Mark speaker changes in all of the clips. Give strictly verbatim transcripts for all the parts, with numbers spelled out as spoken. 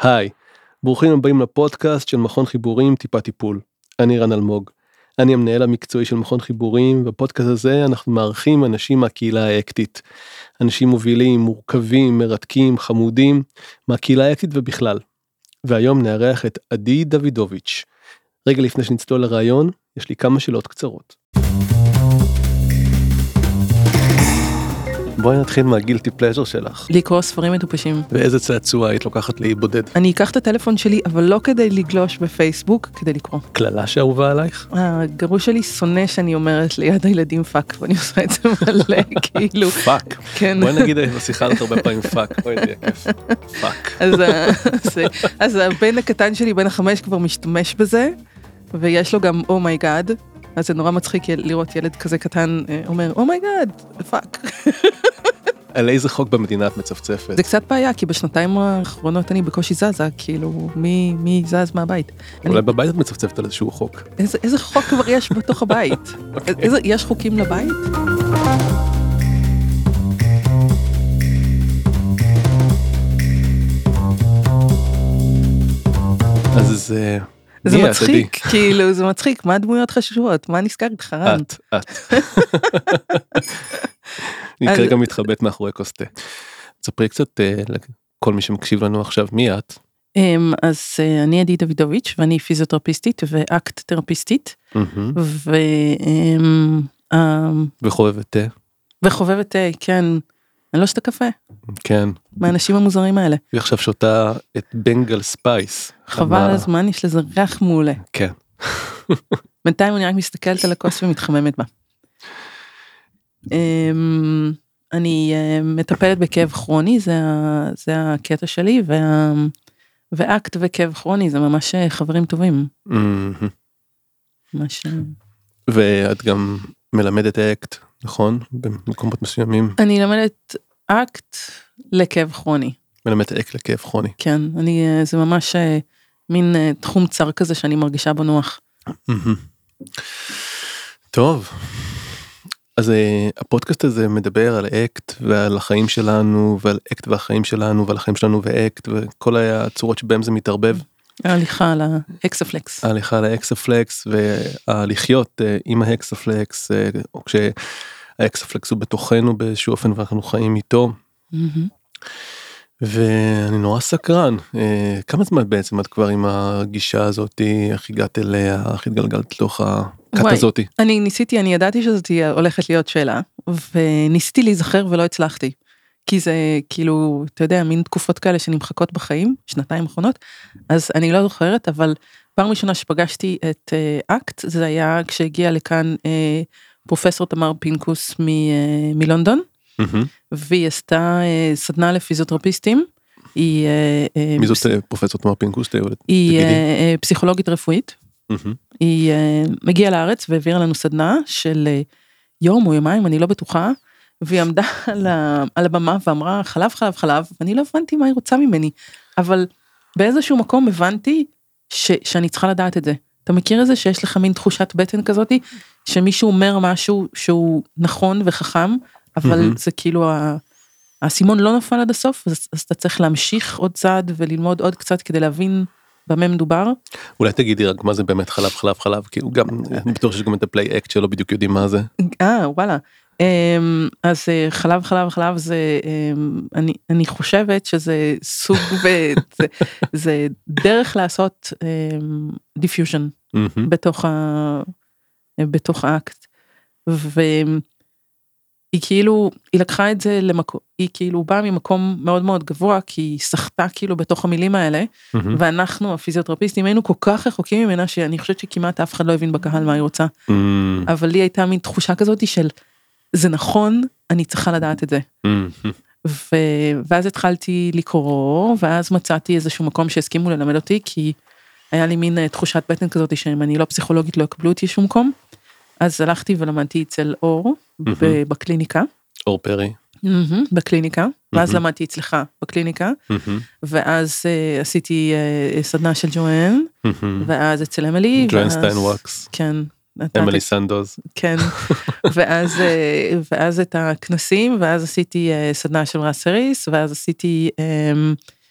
Speaker 1: היי, ברוכים הבאים לפודקאסט של מכון חיבורים טיפה טיפול. אני רן אלמוג. אני המנהל המקצועי של מכון חיבורים, ובפודקאסט הזה אנחנו מארחים אנשים מהקהילה האקטית. אנשים מובילים, מורכבים, מרתקים, חמודים, מהקהילה האקטית ובכלל. והיום נארח את עדי דוידוביץ'. רגע לפני שנצלול לרעיון, יש לי כמה שאלות קצרות. בואי נתחיל מהגילטי פלז'ר שלך.
Speaker 2: לקרוא ספרים מטופשים.
Speaker 1: ואיזה צעצוע היית לוקחת לי בודד?
Speaker 2: אני אקח את הטלפון שלי, אבל לא כדי לגלוש בפייסבוק, כדי לקרוא.
Speaker 1: כללה שאהובה עלייך?
Speaker 2: הגרוש שלי שונא שאני אומרת ליד הילדים פאק, ואני עושה את זה מלא, כאילו.
Speaker 1: פאק.
Speaker 2: כן.
Speaker 1: בואי נגיד, בשיחה הזאת הרבה פעמים פאק. בואי נהיה כיף. פאק.
Speaker 2: אז הבן הקטן שלי, בן החמש, כבר משתמש בזה, ויש לו גם אומייגאד. אז זה נורא מצחיק לראות ילד כזה קטן אומר, אומייגאד, פאק.
Speaker 1: על איזה חוק במדינה את מצפצפת?
Speaker 2: זה קצת בעיה, כי בשנתיים האחרונות אני בקושי זזה, כאילו, מי, מי זז מהבית?
Speaker 1: אולי
Speaker 2: אני...
Speaker 1: בבית את מצפצפת על איזשהו חוק.
Speaker 2: איזה, איזה חוק כבר יש בתוך הבית? okay. איזה, יש חוקים לבית?
Speaker 1: אז זה...
Speaker 2: זה מצחיק, כאילו, זה מצחיק, מה הדמויות חשובות? מה נזכר איתך, רן?
Speaker 1: את, את. אני כרגע מתחבט מאחורי כוס תה. תספרי קצת לכל מי שמקשיב לנו עכשיו, מי את?
Speaker 2: אז אני עדי דוידוביץ' ואני פיזיותרפיסטית ואקט תרפיסטית.
Speaker 1: וחובבת תה?
Speaker 2: וחובבת תה, כן. אני לא שותה קפה.
Speaker 1: כן.
Speaker 2: מהאנשים המוזרים האלה.
Speaker 1: היא עכשיו שותה את בנגל ספייס.
Speaker 2: חבל על הזמן, יש לזה ריח מעולה.
Speaker 1: כן.
Speaker 2: בינתיים אני רק מסתכלת על הכוס ומתחממת בה. אני מטפלת בכאב כרוני, זה הקטע שלי, ואקט וכאב כרוני זה ממש חברים טובים. ממש...
Speaker 1: ואת גם מלמדת אקט, נכון? במקומות מסוימים.
Speaker 2: אני למדת אקט לכאב כרוני.
Speaker 1: מלמדת אקט לכאב כרוני.
Speaker 2: כן, אני, זה ממש מין תחום צר כזה שאני מרגישה בנוח.
Speaker 1: טוב. אז הפודקאסט הזה מדבר על אקט ועל החיים שלנו, ועל אקט והחיים שלנו, ועל החיים שלנו ואקט, וכל הצורות שבהם זה מתערבב.
Speaker 2: ההליכה על האקספלקס.
Speaker 1: ההליכה על האקספלקס, והלחיות עם האקספלקס, או כשהאקספלקס הוא בתוכנו באיזשהו אופן, ואנחנו חיים איתו. ואני נורא סקרן. כמה זמן בעצם את כבר עם הגישה הזאת, איך הגעת אליה, איך התגלגלת לתוך הכת הזאת?
Speaker 2: אני ניסיתי, אני ידעתי שזאת הולכת להיות שאלה, וניסיתי להיזכר ולא הצלחתי. כי זה כאילו, אתה יודע, מין תקופות כאלה שנמחקות בחיים, שנתיים האחרונות, אז אני לא זוכרת, אבל פעם ראשונה שפגשתי את אקט, זה היה כשהגיע לכאן פרופסור תמר פינקוס מלונדון, והיא עשתה סדנה לפיזיותרפיסטים.
Speaker 1: מי זאת פרופסור תמר פינקוס?
Speaker 2: היא פסיכולוגית רפואית. היא מגיעה לארץ והעבירה לנו סדנה של יום או יומיים, אני לא בטוחה, והיא עמדה על הבמה ואמרה חלב חלב חלב, ואני לא הבנתי מה היא רוצה ממני, אבל באיזשהו מקום הבנתי שאני צריכה לדעת את זה. אתה מכיר את זה שיש לך מין תחושת בטן כזאת, שמישהו אומר משהו שהוא נכון וחכם, אבל זה כאילו, הסימון לא נפל עד הסוף, אז אתה צריך להמשיך עוד צעד וללמוד עוד קצת כדי להבין במה מדובר. אולי
Speaker 1: תגידי רק מה זה באמת חלב חלב חלב, כי הוא גם, אני בטוח שיש גם את הפליי אקט שלא בדיוק יודעים מה זה.
Speaker 2: אה, וואלה. אז חלב חלב חלב זה, אני, אני חושבת שזה סוג, זה דרך לעשות דיפיוז'ן בתוך ה, בתוך האקט. והיא כאילו, היא לקחה את זה למקום, היא כאילו באה ממקום מאוד מאוד גבוה, כי היא שחתה כאילו בתוך המילים האלה, ואנחנו הפיזיותרפיסטים היינו כל כך רחוקים ממנה, שאני חושבת שכמעט אף אחד לא הבין בקהל מה היא רוצה. אבל לי הייתה מין תחושה כזאת של, זה נכון, אני צריכה לדעת את זה. ו... ואז התחלתי לקרוא, ואז מצאתי איזשהו מקום שהסכימו ללמד אותי, כי היה לי מין תחושת בטן כזאת, שאם אני לא פסיכולוגית לא יקבלו אותי שום מקום, אז הלכתי ולמדתי אצל אור, בקליניקה.
Speaker 1: אור פרי.
Speaker 2: בקליניקה, ואז למדתי אצלך בקליניקה, ואז עשיתי סדנה של ג'ואן, ואז אצל אמילי.
Speaker 1: ג'ואן סטיינווקס.
Speaker 2: כן.
Speaker 1: אמילי סנדוז.
Speaker 2: כן, ואז, ואז את הכנסים, ואז עשיתי סדנה של רס הריס, ואז עשיתי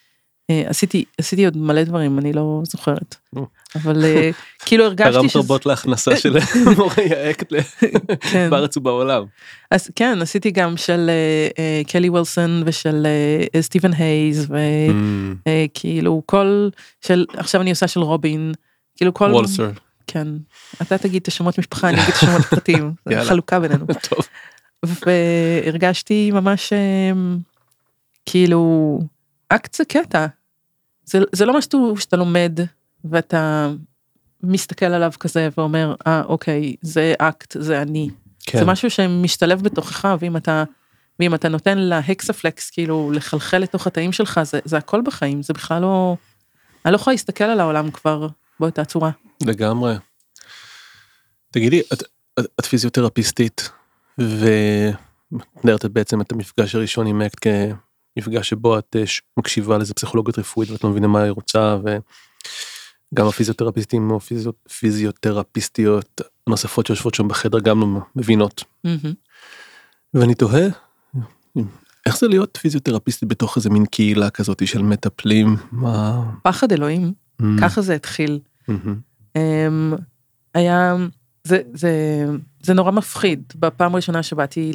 Speaker 2: עשיתי, עשיתי עוד מלא דברים, אני לא זוכרת. אבל כאילו הרגשתי
Speaker 1: הרמת רבות להכנסה של מורי האקט בארץ ובעולם.
Speaker 2: אז כן, עשיתי גם של קלי וילסון ושל סטיבן הייז, וכאילו כל, עכשיו אני עושה של רובין, כאילו כל...
Speaker 1: וולסר.
Speaker 2: כן, אתה תגיד את השמות משפחה, אני אגיד את השמות פרטיים, חלוקה בינינו.
Speaker 1: טוב.
Speaker 2: והרגשתי ממש כאילו, אקט זה קטע, זה, זה לא משהו שאתה לומד ואתה מסתכל עליו כזה ואומר, אה אוקיי, זה אקט, זה אני. כן. זה משהו שמשתלב בתוכך, ואם אתה, ואם אתה נותן להקספלקס, כאילו לחלחל לתוך התאים שלך, זה, זה הכל בחיים, זה בכלל לא, אני לא יכולה להסתכל על העולם כבר באותה צורה.
Speaker 1: לגמרי. תגידי, את, את, את פיזיותרפיסטית, ונדרת בעצם את המפגש הראשון עם אקט כמפגש שבו את מקשיבה לזה פסיכולוגית רפואית, ואת לא מבינה מה היא רוצה, וגם הפיזיותרפיסטים או פיזיו, פיזיותרפיסטיות הנוספות שיושבות שם בחדר גם לא מבינות. Mm-hmm. ואני תוהה, איך זה להיות פיזיותרפיסטית בתוך איזה מין קהילה כזאת של מטפלים? מה...
Speaker 2: פחד אלוהים, mm-hmm. ככה זה התחיל. Mm-hmm. Um, היה... זה, זה, זה נורא מפחיד. בפעם הראשונה שבאתי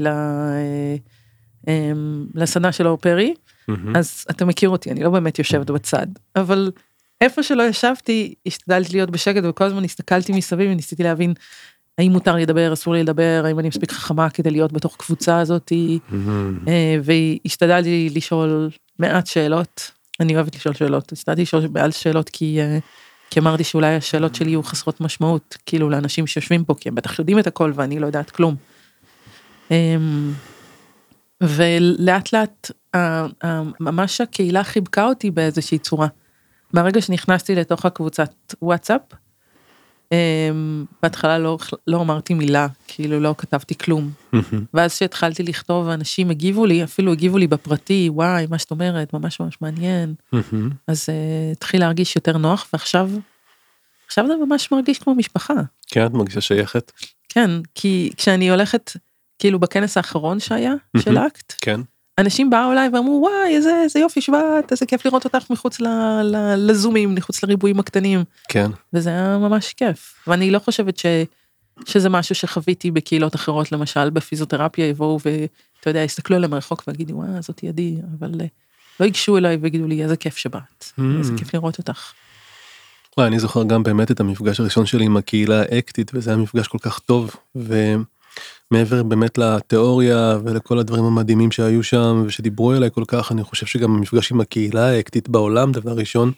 Speaker 2: לסדנה של האופרי, אז אתה מכיר אותי, אני לא באמת יושבת בצד, אבל איפה שלא ישבתי, השתדלתי להיות בשקט, וכל הזמן הסתכלתי מסביב, וניסיתי להבין, האם מותר לי לדבר, אסור לי לדבר, האם אני מספיק חכמה כדי להיות בתוך קבוצה הזאת, והשתדלתי לשאול מעט שאלות, אני אוהבת לשאול שאלות, השתדלתי לשאול מעט שאלות, כי... כי אמרתי שאולי השאלות שלי יהיו חסרות משמעות, כאילו לאנשים שיושבים פה, כי הם בטח יודעים את הכל, ואני לא יודעת כלום. ולאט לאט, ממש הקהילה חיבקה אותי באיזושהי צורה. מהרגע שנכנסתי לתוך הקבוצת וואטסאפ, בהתחלה לא, לא אמרתי מילה, כאילו לא כתבתי כלום. ואז שהתחלתי לכתוב, אנשים הגיבו לי, אפילו הגיבו לי בפרטי, וואי, מה שאת אומרת, ממש ממש מעניין. אז התחיל להרגיש יותר נוח, ועכשיו, עכשיו זה ממש מרגיש כמו משפחה.
Speaker 1: כן, את מרגישה שייכת?
Speaker 2: כן, כי כשאני הולכת, כאילו בכנס האחרון שהיה, של אקט,
Speaker 1: כן.
Speaker 2: אנשים באו אליי ואמרו, וואי, איזה, איזה יופי שבאת, איזה כיף לראות אותך מחוץ ל, ל, לזומים, מחוץ לריבועים הקטנים.
Speaker 1: כן.
Speaker 2: וזה היה ממש כיף. ואני לא חושבת ש, שזה משהו שחוויתי בקהילות אחרות, למשל בפיזיותרפיה יבואו ואתה יודע, הסתכלו עליהם רחוק והגידי, וואי, זאת ידי, אבל לא ייגשו אליי ויגידו לי, איזה כיף שבאת, mm. איזה כיף לראות אותך.
Speaker 1: וואי, אני זוכר גם באמת את המפגש הראשון שלי עם הקהילה האקטית, וזה היה מפגש כל כך טוב, ו... מעבר באמת לתיאוריה ולכל הדברים המדהימים שהיו שם ושדיברו אליי כל כך, אני חושב שגם המפגש עם הקהילה האקטית בעולם, דבר ראשון,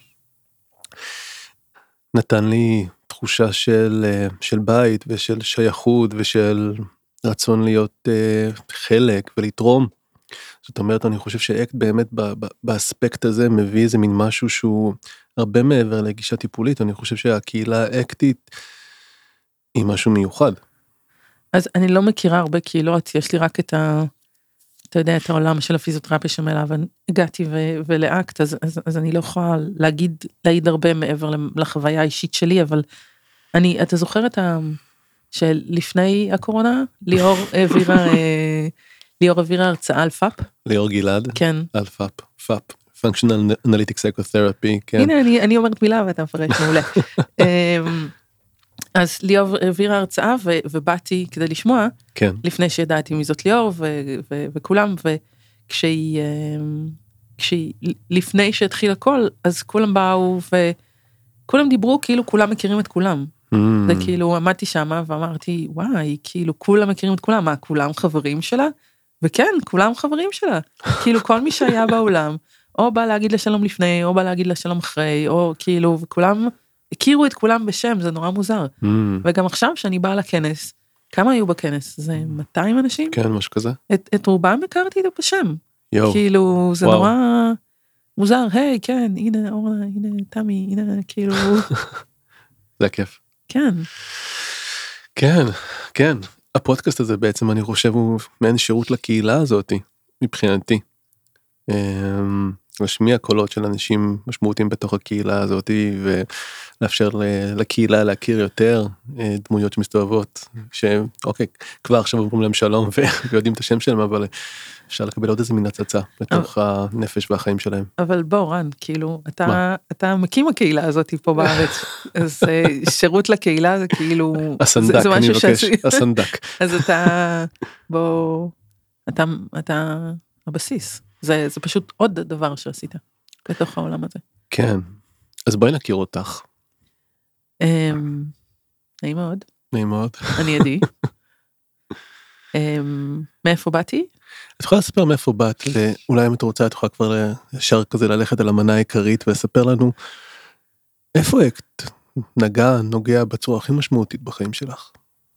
Speaker 1: נתן לי תחושה של, של בית ושל שייכות ושל רצון להיות uh, חלק ולתרום. זאת אומרת, אני חושב שאקט באמת באספקט הזה מביא איזה מין משהו שהוא הרבה מעבר לגישה טיפולית, אני חושב שהקהילה האקטית היא משהו מיוחד.
Speaker 2: אז אני לא מכירה הרבה קהילות, יש לי רק את ה... אתה יודע, את העולם של הפיזיותרפיה שמאליו הגעתי ו- ולאקט, אז, אז, אז אני לא יכולה להגיד, להעיד הרבה מעבר לחוויה האישית שלי, אבל אני, אתה זוכר את ה... שלפני הקורונה, ליאור העבירה, ליאור העבירה הרצאה על פאפ?
Speaker 1: ליאור גלעד?
Speaker 2: כן.
Speaker 1: על פאפ, פאפ, Functional Analytic Psychotherapy, כן.
Speaker 2: הנה, אני, אני אומרת מילה ואתה מפרש מעולה. אז ליאור העבירה הרצאה, ו- ובאתי כדי לשמוע,
Speaker 1: כן.
Speaker 2: לפני שידעתי מי זאת ליאור, ו- ו- וכולם, וכשהיא, כשהיא, לפני שהתחיל הכל, אז כולם באו, וכולם דיברו, כאילו כולם מכירים את כולם. Mm. זה כאילו, עמדתי שמה, ואמרתי, וואי, כאילו, כולם מכירים את כולם, מה, כולם חברים שלה? וכן, כולם חברים שלה. כאילו, כל מי שהיה באולם, או בא להגיד לשלום לפני, או בא להגיד לשלום אחרי, או כאילו, וכולם... הכירו את כולם בשם, זה נורא מוזר. Mm. וגם עכשיו שאני באה לכנס, כמה היו בכנס? זה מאתיים אנשים?
Speaker 1: כן, משהו כזה.
Speaker 2: את, את רובם הכרתי בשם.
Speaker 1: יו.
Speaker 2: כאילו, זה
Speaker 1: וואו.
Speaker 2: נורא מוזר, היי, כן, הנה אורנה, הנה תמי, הנה, כאילו...
Speaker 1: זה הכיף.
Speaker 2: כן.
Speaker 1: כן, כן. הפודקאסט הזה בעצם, אני חושב, הוא מעין שירות לקהילה הזאת, מבחינתי. להשמיע קולות של אנשים משמעותיים בתוך הקהילה הזאת, ולאפשר לקהילה להכיר יותר דמויות שמסתובבות, שאוקיי, כבר עכשיו אומרים להם שלום ויודעים את השם שלהם, אבל אפשר לקבל עוד איזה מין הצצה לתוך הנפש והחיים שלהם.
Speaker 2: אבל בוא רן, כאילו, אתה, אתה מקים הקהילה הזאת פה בארץ, אז שירות לקהילה זה כאילו,
Speaker 1: הסנדק, אני מבקש, הסנדק.
Speaker 2: אז אתה, בוא, אתה, אתה הבסיס. זה, זה פשוט עוד דבר שעשית בתוך העולם הזה.
Speaker 1: כן, אז בואי נכיר אותך.
Speaker 2: נעים מאוד.
Speaker 1: נעים מאוד.
Speaker 2: אני עדי. מאיפה באתי?
Speaker 1: את יכולה לספר מאיפה באת, אולי אם את רוצה, את יכולה כבר ישר כזה ללכת על המנה העיקרית, ולספר לנו איפה את נגע, נוגע בצורה הכי משמעותית בחיים שלך?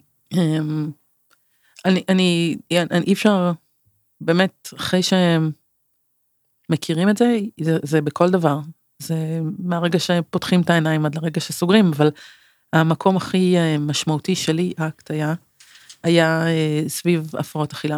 Speaker 2: אני, אני, אי אפשר, באמת, אחרי שהם מכירים את זה, זה, זה בכל דבר. זה מהרגע שפותחים את העיניים עד לרגע שסוגרים, אבל המקום הכי משמעותי שלי, האקט היה, היה סביב הפרעות אכילה.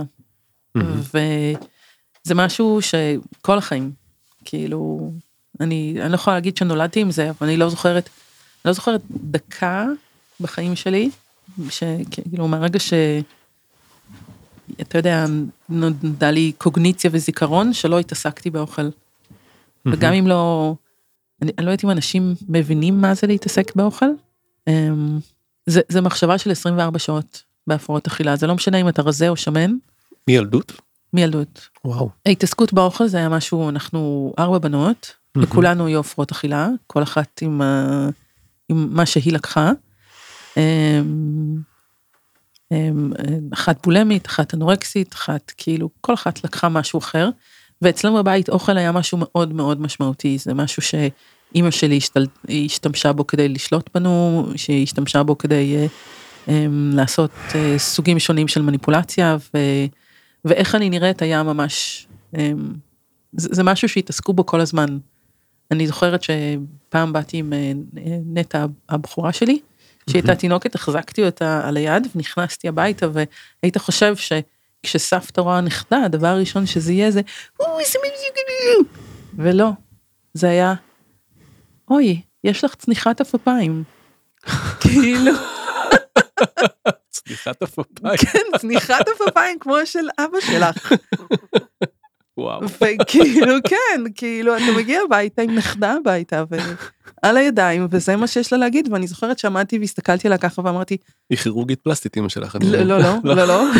Speaker 2: וזה משהו שכל החיים, כאילו, אני, אני לא יכולה להגיד שנולדתי עם זה, אבל אני לא זוכרת, אני לא זוכרת דקה בחיים שלי, שכאילו מהרגע ש... אתה יודע, נודע לי קוגניציה וזיכרון, שלא התעסקתי באוכל. וגם אם לא, אני, אני לא יודעת אם אנשים מבינים מה זה להתעסק באוכל, זה, זה מחשבה של עשרים וארבע שעות בהפרעות אכילה, זה לא משנה אם אתה רזה או שמן.
Speaker 1: מילדות?
Speaker 2: מילדות.
Speaker 1: וואו.
Speaker 2: ההתעסקות באוכל זה היה משהו, אנחנו ארבע בנות, וכולנו היו הפרעות אכילה, כל אחת עם, עם מה שהיא לקחה. אחת בולמית, אחת אנורקסית, אחת כאילו, כל אחת לקחה משהו אחר, ואצלנו בבית אוכל היה משהו מאוד מאוד משמעותי, זה משהו שאימא שלי השתל... השתמשה בו כדי לשלוט בנו, שהיא השתמשה בו כדי um, לעשות uh, סוגים שונים של מניפולציה, ו... ואיך אני נראית היה ממש, um, זה, זה משהו שהתעסקו בו כל הזמן. אני זוכרת שפעם באתי עם uh, נטע הבחורה שלי, שהייתה תינוקת, החזקתי אותה על היד, ונכנסתי הביתה, והיית חושב שכשסבתא רואה נכדה, הדבר הראשון שזה יהיה זה, ולא, זה היה, אוי, יש לך צניחת אפיים. כאילו.
Speaker 1: צניחת אפיים.
Speaker 2: כן, צניחת אפיים כמו של אבא שלך.
Speaker 1: וואו.
Speaker 2: וכאילו, כן, כאילו, אתה מגיע הביתה עם נכדה הביתה, ועל הידיים, וזה מה שיש לה להגיד, ואני זוכרת שעמדתי והסתכלתי עליה ככה ואמרתי,
Speaker 1: היא כירורגית פלסטית, אמא שלך.
Speaker 2: לא, לא, לא, לא, לא.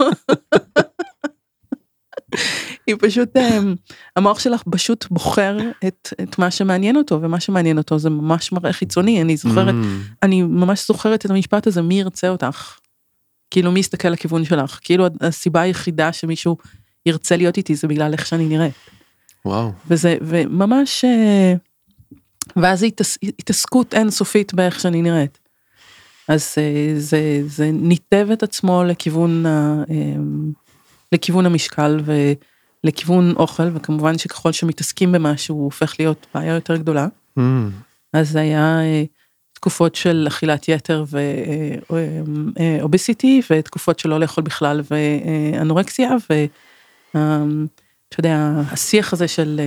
Speaker 2: היא פשוט, המוח שלך פשוט בוחר את, את מה שמעניין אותו, ומה שמעניין אותו זה ממש מראה חיצוני, אני זוכרת, אני ממש זוכרת את המשפט הזה, מי ירצה אותך? כאילו, מי יסתכל לכיוון שלך? כאילו, הסיבה היחידה שמישהו ירצה להיות איתי, זה בגלל איך שאני נראית.
Speaker 1: וואו.
Speaker 2: וזה, וממש, ואז התעסקות אינסופית באיך שאני נראית. אז זה, זה ניתב את עצמו לכיוון, לכיוון המשקל ולכיוון אוכל, וכמובן שככל שמתעסקים במשהו, הוא הופך להיות בעיה יותר גדולה. Mm. אז זה היה תקופות של אכילת יתר ואוביסיטי, ותקופות של לא לאכול בכלל ואנורקסיה, ו... אתה יודע, השיח הזה של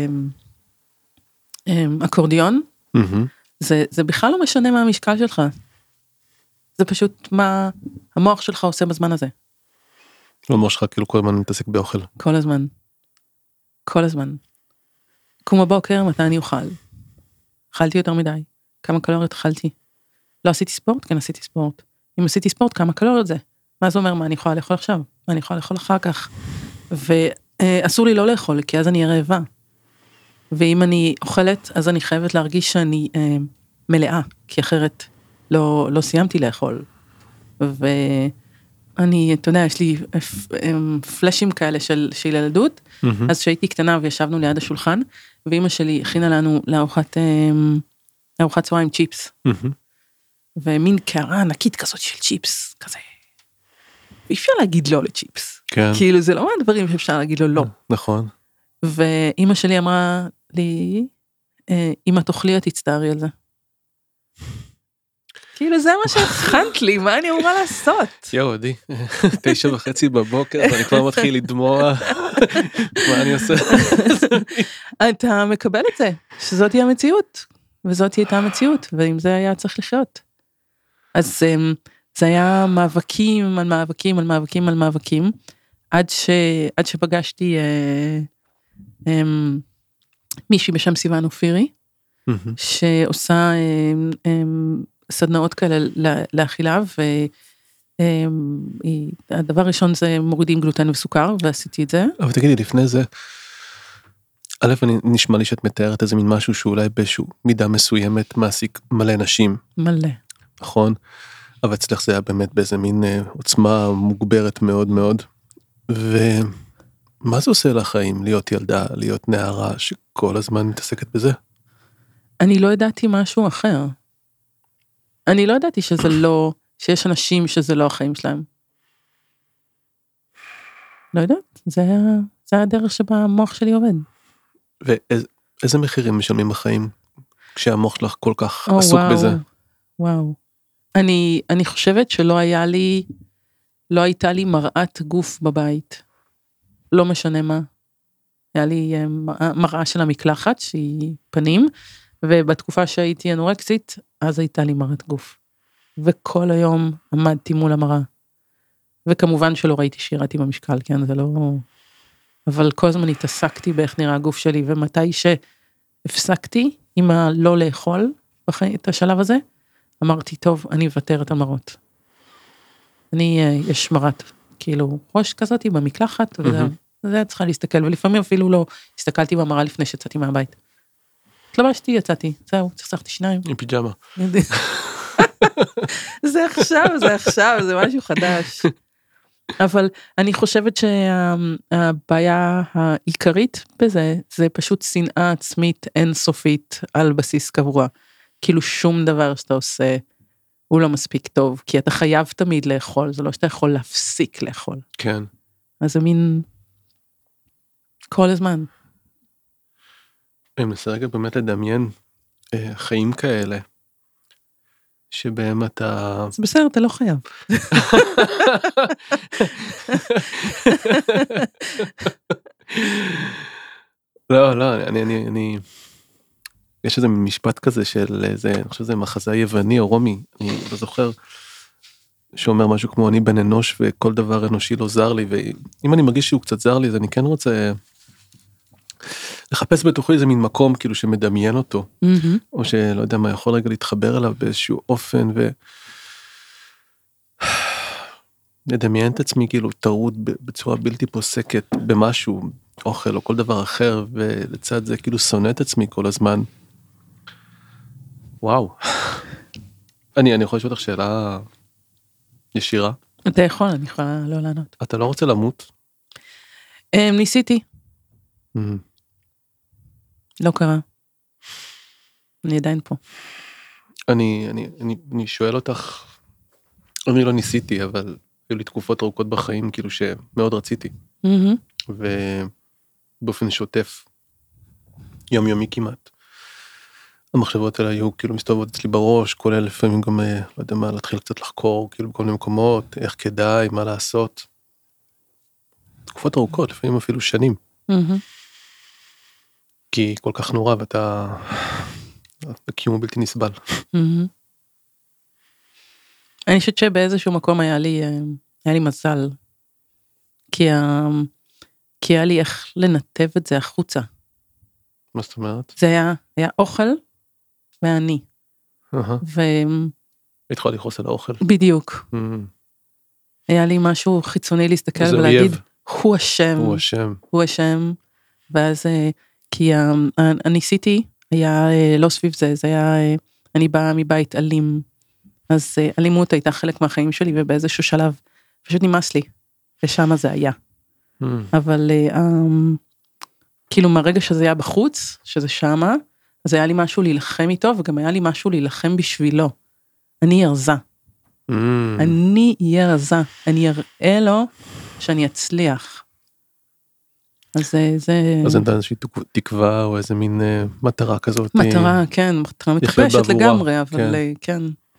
Speaker 2: אקורדיון, זה, זה בכלל לא משנה מה המשקל שלך. זה פשוט מה המוח שלך עושה בזמן הזה.
Speaker 1: המוח שלך כאילו כל הזמן מתעסק באוכל.
Speaker 2: כל הזמן. כל הזמן. קום בבוקר, מתי אני אוכל? אכלתי יותר מדי. כמה קלוריות אכלתי? לא עשיתי ספורט? כן, עשיתי ספורט. אם עשיתי ספורט, כמה קלוריות זה? מה זה אומר? מה אני יכולה לאכול עכשיו? מה אני יכולה לאכול אחר כך? ואסור לי לא לאכול, כי אז אני אהיה רעבה. ואם אני אוכלת, אז אני חייבת להרגיש שאני אה, מלאה, כי אחרת לא, לא סיימתי לאכול. ואני, אתה יודע, יש לי פלאשים כאלה של, של ילדות, mm-hmm. אז כשהייתי קטנה וישבנו ליד השולחן, ואמא שלי הכינה לנו לארוחת, אה, לארוחת צהריים צ'יפס. Mm-hmm. ומין קערה ענקית כזאת של צ'יפס, כזה. אי אפשר להגיד לא לצ'יפס.
Speaker 1: כן.
Speaker 2: כאילו זה לא מהדברים שאפשר להגיד לו לא.
Speaker 1: נכון.
Speaker 2: ואמא שלי אמרה לי, אם את תאכלי את תצטערי על זה. כאילו זה מה שהכנת לי, מה אני אמורה לעשות?
Speaker 1: יואו, עדי, תשע וחצי בבוקר, ואני כבר מתחיל לדמוע. מה אני עושה?
Speaker 2: אתה מקבל את זה, שזאת היא המציאות, וזאת הייתה המציאות, ועם זה היה צריך לחיות. אז זה היה מאבקים על מאבקים על מאבקים על מאבקים, עד ש... עד שפגשתי אה, אה, מישהי בשם סיוון אופירי, mm-hmm. שעושה אה, אה, סדנאות כאלה לאכילה, והדבר הראשון זה מורידים גלוטן וסוכר, ועשיתי את זה.
Speaker 1: אבל תגידי, לפני זה, א', אני נשמע לי שאת מתארת איזה מין משהו שאולי באיזשהו מידה מסוימת מעסיק מלא נשים.
Speaker 2: מלא.
Speaker 1: נכון? אבל אצלך זה היה באמת באיזה מין עוצמה מוגברת מאוד מאוד. ומה זה עושה לחיים להיות ילדה, להיות נערה שכל הזמן מתעסקת בזה?
Speaker 2: אני לא ידעתי משהו אחר. אני לא ידעתי שזה לא, שיש אנשים שזה לא החיים שלהם. לא יודעת, זה, זה הדרך שבה המוח שלי עובד.
Speaker 1: ואיזה מחירים משלמים בחיים כשהמוח שלך כל כך
Speaker 2: או,
Speaker 1: עסוק
Speaker 2: וואו,
Speaker 1: בזה?
Speaker 2: וואו. אני, אני חושבת שלא היה לי, לא הייתה לי מראת גוף בבית. לא משנה מה. היה לי מראה של המקלחת שהיא פנים, ובתקופה שהייתי אנורקסית, אז הייתה לי מראת גוף. וכל היום עמדתי מול המראה. וכמובן שלא ראיתי שירתי במשקל, כן, זה לא... אבל כל הזמן התעסקתי באיך נראה הגוף שלי, ומתי שהפסקתי עם הלא לאכול בחיים, את השלב הזה, אמרתי, טוב, אני אוותר את המראות. אני, יש מראת, כאילו, ראש כזאת במקלחת, וזה, זה צריכה להסתכל, ולפעמים אפילו לא הסתכלתי במראה לפני שיצאתי מהבית. התלבשתי, יצאתי, זהו, צחצחתי שניים.
Speaker 1: עם פיג'מה.
Speaker 2: זה עכשיו, זה עכשיו, זה משהו חדש. אבל אני חושבת שהבעיה העיקרית בזה, זה פשוט שנאה עצמית אינסופית על בסיס קבוע. כאילו שום דבר שאתה עושה, הוא לא מספיק טוב, כי אתה חייב תמיד לאכול, זה לא שאתה יכול להפסיק לאכול.
Speaker 1: כן.
Speaker 2: אז זה מין, כל הזמן.
Speaker 1: אני מנסה רגע באמת לדמיין אה, חיים כאלה, שבהם אתה...
Speaker 2: זה בסדר, אתה לא חייב.
Speaker 1: לא, לא, אני, אני, אני... יש איזה משפט כזה של איזה, אני חושב שזה מחזה יווני או רומי, אני לא זוכר, שאומר משהו כמו אני בן אנוש וכל דבר אנושי לא זר לי, ואם אני מרגיש שהוא קצת זר לי, אז אני כן רוצה לחפש בתוכי איזה מין מקום כאילו שמדמיין אותו, mm-hmm. או שלא יודע מה, יכול רגע להתחבר אליו באיזשהו אופן, ו... לדמיין את עצמי כאילו טרוד בצורה בלתי פוסקת במשהו, אוכל או כל דבר אחר, ולצד זה כאילו שונא את עצמי כל הזמן. וואו. אני, אני יכול לשאול אותך שאלה ישירה?
Speaker 2: אתה יכול, אני יכולה לא לענות.
Speaker 1: אתה לא רוצה למות?
Speaker 2: ניסיתי. לא קרה. אני עדיין פה.
Speaker 1: אני, אני, אני, אני שואל אותך, אני לא ניסיתי, אבל היו לי תקופות ארוכות בחיים, כאילו שמאוד רציתי. ובאופן שוטף, יומיומי כמעט. המחשבות האלה היו כאילו מסתובבות אצלי בראש, כולל לפעמים גם, לא יודע מה, להתחיל קצת לחקור, כאילו בכל מיני מקומות, איך כדאי, מה לעשות. תקופות ארוכות, לפעמים אפילו שנים. כי כל כך נורא, ואתה, הקיום הוא בלתי נסבל.
Speaker 2: אני חושבת שבאיזשהו מקום היה לי, היה לי מזל, כי, כי היה לי איך לנתב את זה החוצה.
Speaker 1: מה זאת אומרת?
Speaker 2: זה היה, היה אוכל ואני. ו...
Speaker 1: היית יכולה לכעוס על האוכל.
Speaker 2: בדיוק. היה לי משהו חיצוני להסתכל ולהגיד, הוא השם.
Speaker 1: הוא השם.
Speaker 2: הוא השם. ואז, כי הניסיתי היה לא סביב זה, זה היה, אני באה מבית אלים, אז אלימות הייתה חלק מהחיים שלי, ובאיזשהו שלב פשוט נמאס לי, ושם זה היה. אבל כאילו מהרגע שזה היה בחוץ, שזה שמה, אז היה לי משהו להילחם איתו, וגם היה לי משהו להילחם בשבילו. אני ארזה. אני אהיה רזה. אני אראה לו שאני אצליח. אז זה...
Speaker 1: אז אין איזושהי תקווה, או איזה מין מטרה כזאת.
Speaker 2: מטרה, כן, מטרה מתחפשת לגמרי, אבל כן.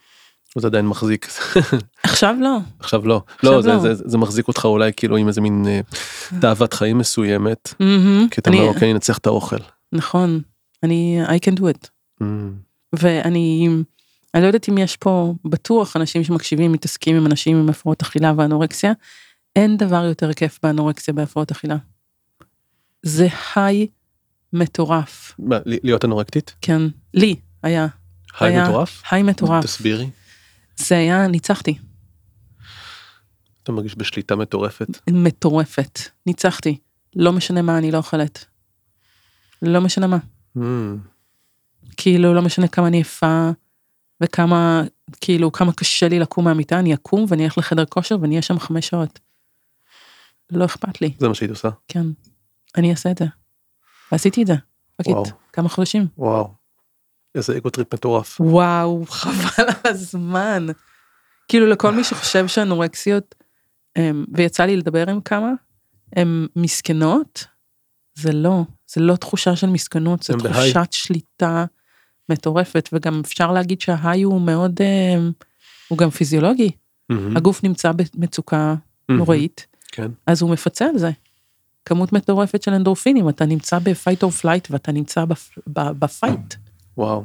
Speaker 1: זה עדיין מחזיק.
Speaker 2: עכשיו לא.
Speaker 1: עכשיו לא. לא, זה מחזיק אותך אולי כאילו עם איזה מין תאוות חיים מסוימת, כי אתה אומר, אוקיי, נצליח את האוכל.
Speaker 2: נכון, אני, I can do it. ואני, אני לא יודעת אם יש פה בטוח אנשים שמקשיבים, מתעסקים עם אנשים עם הפרעות אכילה ואנורקסיה, אין דבר יותר כיף באנורקסיה בהפרעות אכילה. זה היי מטורף.
Speaker 1: מה, להיות אנורקטית?
Speaker 2: כן, לי היה.
Speaker 1: היי מטורף?
Speaker 2: היי מטורף.
Speaker 1: תסבירי.
Speaker 2: זה היה, ניצחתי.
Speaker 1: אתה מרגיש בשליטה מטורפת?
Speaker 2: מטורפת, ניצחתי. לא משנה מה אני לא אוכלת. לא משנה מה.
Speaker 1: Mm.
Speaker 2: כאילו, לא משנה כמה אני יפה, וכמה, כאילו, כמה קשה לי לקום מהמיטה, אני אקום ואני אלך לחדר כושר ואני אהיה שם חמש שעות. לא אכפת לי.
Speaker 1: זה מה שהיית עושה?
Speaker 2: כן. אני אעשה את זה. ועשיתי את זה. פקיט, כמה חודשים.
Speaker 1: וואו. איזה אגוטריפ מטורף.
Speaker 2: וואו, חבל על הזמן. כאילו, לכל מי שחושב שהנורקסיות, ויצא לי לדבר עם כמה, הן מסכנות, זה לא. זה לא תחושה של מסכנות, זה תחושת שליטה מטורפת, וגם אפשר להגיד שההיי הוא מאוד, הוא גם פיזיולוגי. הגוף נמצא במצוקה נוראית, אז הוא מפצה על זה. כמות מטורפת של אנדורפינים, אתה נמצא בפייט או פלייט, ואתה נמצא בפייט.
Speaker 1: וואו.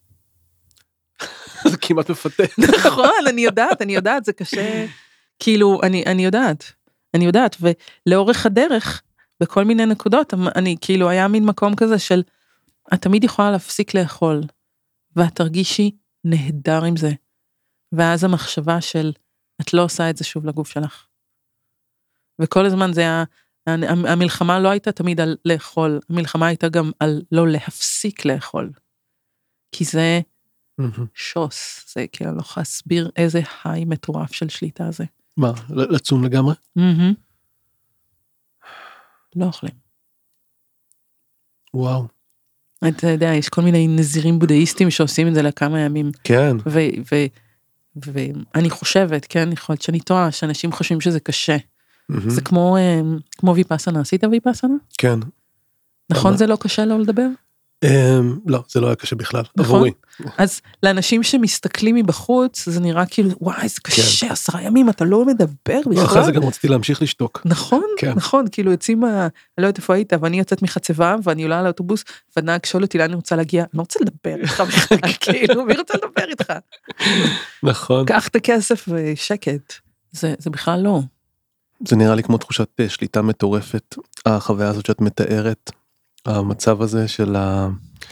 Speaker 1: זה כמעט מפתה.
Speaker 2: נכון, אני יודעת, אני יודעת, זה קשה, כאילו, אני, אני יודעת, אני יודעת, ולאורך הדרך, בכל מיני נקודות, אני, כאילו, היה מין מקום כזה של, את תמיד יכולה להפסיק לאכול, ואת תרגישי נהדר עם זה, ואז המחשבה של, את לא עושה את זה שוב לגוף שלך. וכל הזמן זה היה, המלחמה לא הייתה תמיד על לאכול, המלחמה הייתה גם על לא להפסיק לאכול. כי זה שוס, זה כאילו לא להסביר איזה היי מטורף של שליטה הזה.
Speaker 1: מה, לצום לגמרי?
Speaker 2: לא אוכלים.
Speaker 1: וואו.
Speaker 2: אתה יודע, יש כל מיני נזירים בודהיסטים שעושים את זה לכמה ימים.
Speaker 1: כן.
Speaker 2: ואני חושבת, כן, יכול להיות שאני טועה, שאנשים חושבים שזה קשה. זה כמו, כמו ויפאסנה, עשית ויפאסנה?
Speaker 1: כן.
Speaker 2: נכון זה לא קשה לא לדבר?
Speaker 1: לא, זה לא היה קשה בכלל, עבורי.
Speaker 2: אז לאנשים שמסתכלים מבחוץ, זה נראה כאילו, וואי, זה קשה, עשרה ימים, אתה לא מדבר בכלל.
Speaker 1: אחרי זה גם רציתי להמשיך לשתוק.
Speaker 2: נכון, נכון, כאילו יוצאים, אני לא יודעת איפה היית, ואני יוצאת מחצבה, ואני עולה על האוטובוס, והנהג שואל אותי, לאן אני רוצה להגיע, אני לא רוצה לדבר איתך בכלל, כאילו, מי רוצה לדבר איתך?
Speaker 1: נכון.
Speaker 2: קח את הכסף ושקט. זה בכלל לא.
Speaker 1: זה נראה לי כמו תחושת שליטה מטורפת, החוויה הזאת שאת מתארת, המצב הזה של ה...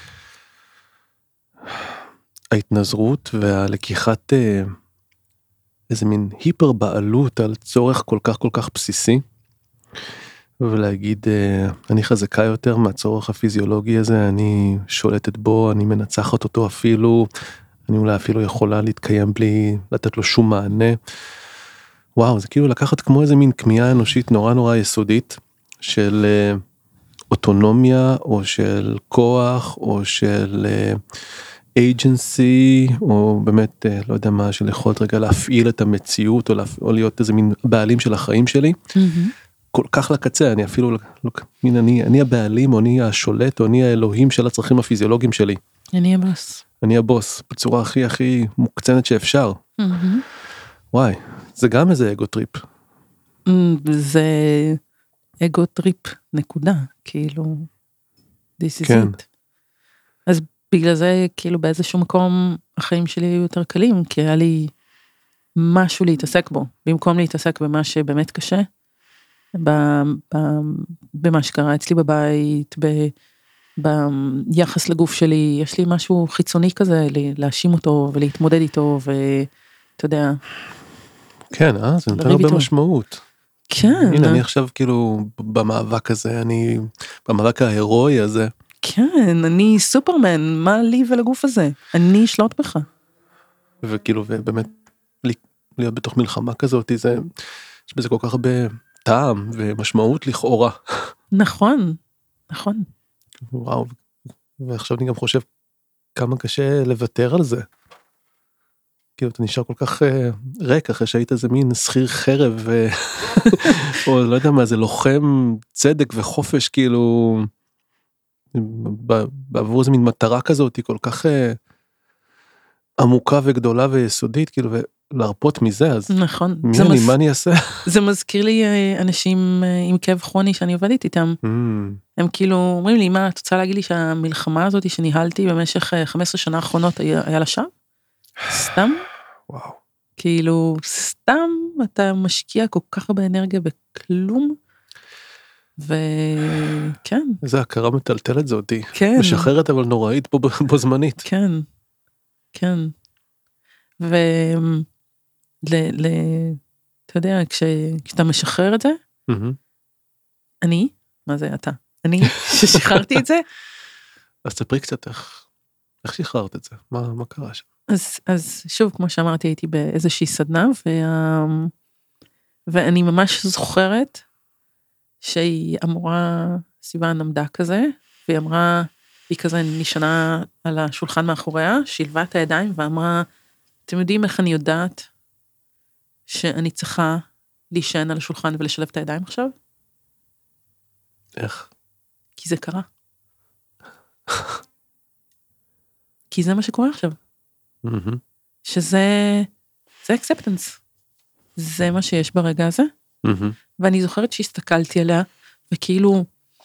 Speaker 1: ההתנזרות והלקיחת איזה מין היפר בעלות על צורך כל כך כל כך בסיסי, ולהגיד, אני חזקה יותר מהצורך הפיזיולוגי הזה, אני שולטת בו, אני מנצחת אותו אפילו, אני אולי אפילו יכולה להתקיים בלי לתת לו שום מענה. וואו, זה כאילו לקחת כמו איזה מין כמיהה אנושית נורא נורא יסודית, של אוטונומיה, או של כוח, או של agency, או באמת, לא יודע מה, של יכולת רגע להפעיל את המציאות, או, להפ... או להיות איזה מין בעלים של החיים שלי, mm-hmm. כל כך לקצה, אני אפילו, לא, מין, אני, אני הבעלים, או אני השולט, או אני האלוהים של הצרכים הפיזיולוגיים שלי.
Speaker 2: אני הבוס.
Speaker 1: אני הבוס, בצורה הכי הכי מוקצנת שאפשר. Mm-hmm. וואי, זה גם איזה אגו טריפ.
Speaker 2: זה אגו טריפ, נקודה, כאילו, this is
Speaker 1: כן.
Speaker 2: it. אז בגלל זה, כאילו, באיזשהו מקום, החיים שלי היו יותר קלים, כי היה לי משהו להתעסק בו, במקום להתעסק במה שבאמת קשה, במה שקרה אצלי בבית, ביחס לגוף שלי, יש לי משהו חיצוני כזה, להאשים אותו ולהתמודד איתו, ואתה יודע.
Speaker 1: כן, אה? זה נותן הרבה משמעות.
Speaker 2: כן.
Speaker 1: הנה, אני עכשיו כאילו במאבק הזה, אני, במאבק ההירואי הזה.
Speaker 2: כן, אני סופרמן, מה לי ולגוף הזה? אני אשלוט בך.
Speaker 1: וכאילו, ובאמת, להיות בתוך מלחמה כזאת, זה, יש בזה כל כך הרבה טעם ומשמעות לכאורה. נכון, נכון. וואו, ועכשיו אני גם חושב כמה קשה לוותר על זה. כאילו, אתה נשאר כל כך ריק, אחרי שהיית איזה מין שכיר חרב, או לא יודע מה, זה לוחם צדק וחופש, כאילו, בעבור איזה מין מטרה כזאת, היא כל כך עמוקה וגדולה ויסודית, כאילו, ולהרפות מזה, אז
Speaker 2: נכון.
Speaker 1: מי אני, מה אני אעשה?
Speaker 2: זה מזכיר לי אנשים עם כאב כרוני שאני עובדת איתם. הם כאילו אומרים לי, מה, את רוצה להגיד לי שהמלחמה הזאת שניהלתי במשך חמש עשרה שנה האחרונות היה לשווא? סתם?
Speaker 1: וואו.
Speaker 2: כאילו, סתם אתה משקיע כל כך הרבה אנרגיה בכלום, וכן.
Speaker 1: איזה הכרה מטלטלת זה אותי.
Speaker 2: כן.
Speaker 1: משחררת אבל נוראית בו, בו זמנית.
Speaker 2: כן, כן. ו... ל... ל... אתה יודע, כש... כשאתה משחרר את זה,
Speaker 1: Mm-hmm.
Speaker 2: אני, מה זה אתה? אני, ששחררתי את זה,
Speaker 1: אז תפרי קצת איך, איך שחררת את זה? מה, מה קרה שם?
Speaker 2: אז, אז שוב, כמו שאמרתי, הייתי באיזושהי סדנה, וה... ואני ממש זוכרת שהיא אמורה, סיוון עמדה כזה, והיא אמרה, היא כזה נשענה על השולחן מאחוריה, שילבה את הידיים ואמרה, אתם יודעים איך אני יודעת שאני צריכה להישען על השולחן ולשלב את הידיים עכשיו?
Speaker 1: איך?
Speaker 2: כי זה קרה. כי זה מה שקורה עכשיו.
Speaker 1: Mm-hmm.
Speaker 2: שזה, זה acceptance. זה מה שיש ברגע הזה.
Speaker 1: Mm-hmm.
Speaker 2: ואני זוכרת שהסתכלתי עליה, וכאילו,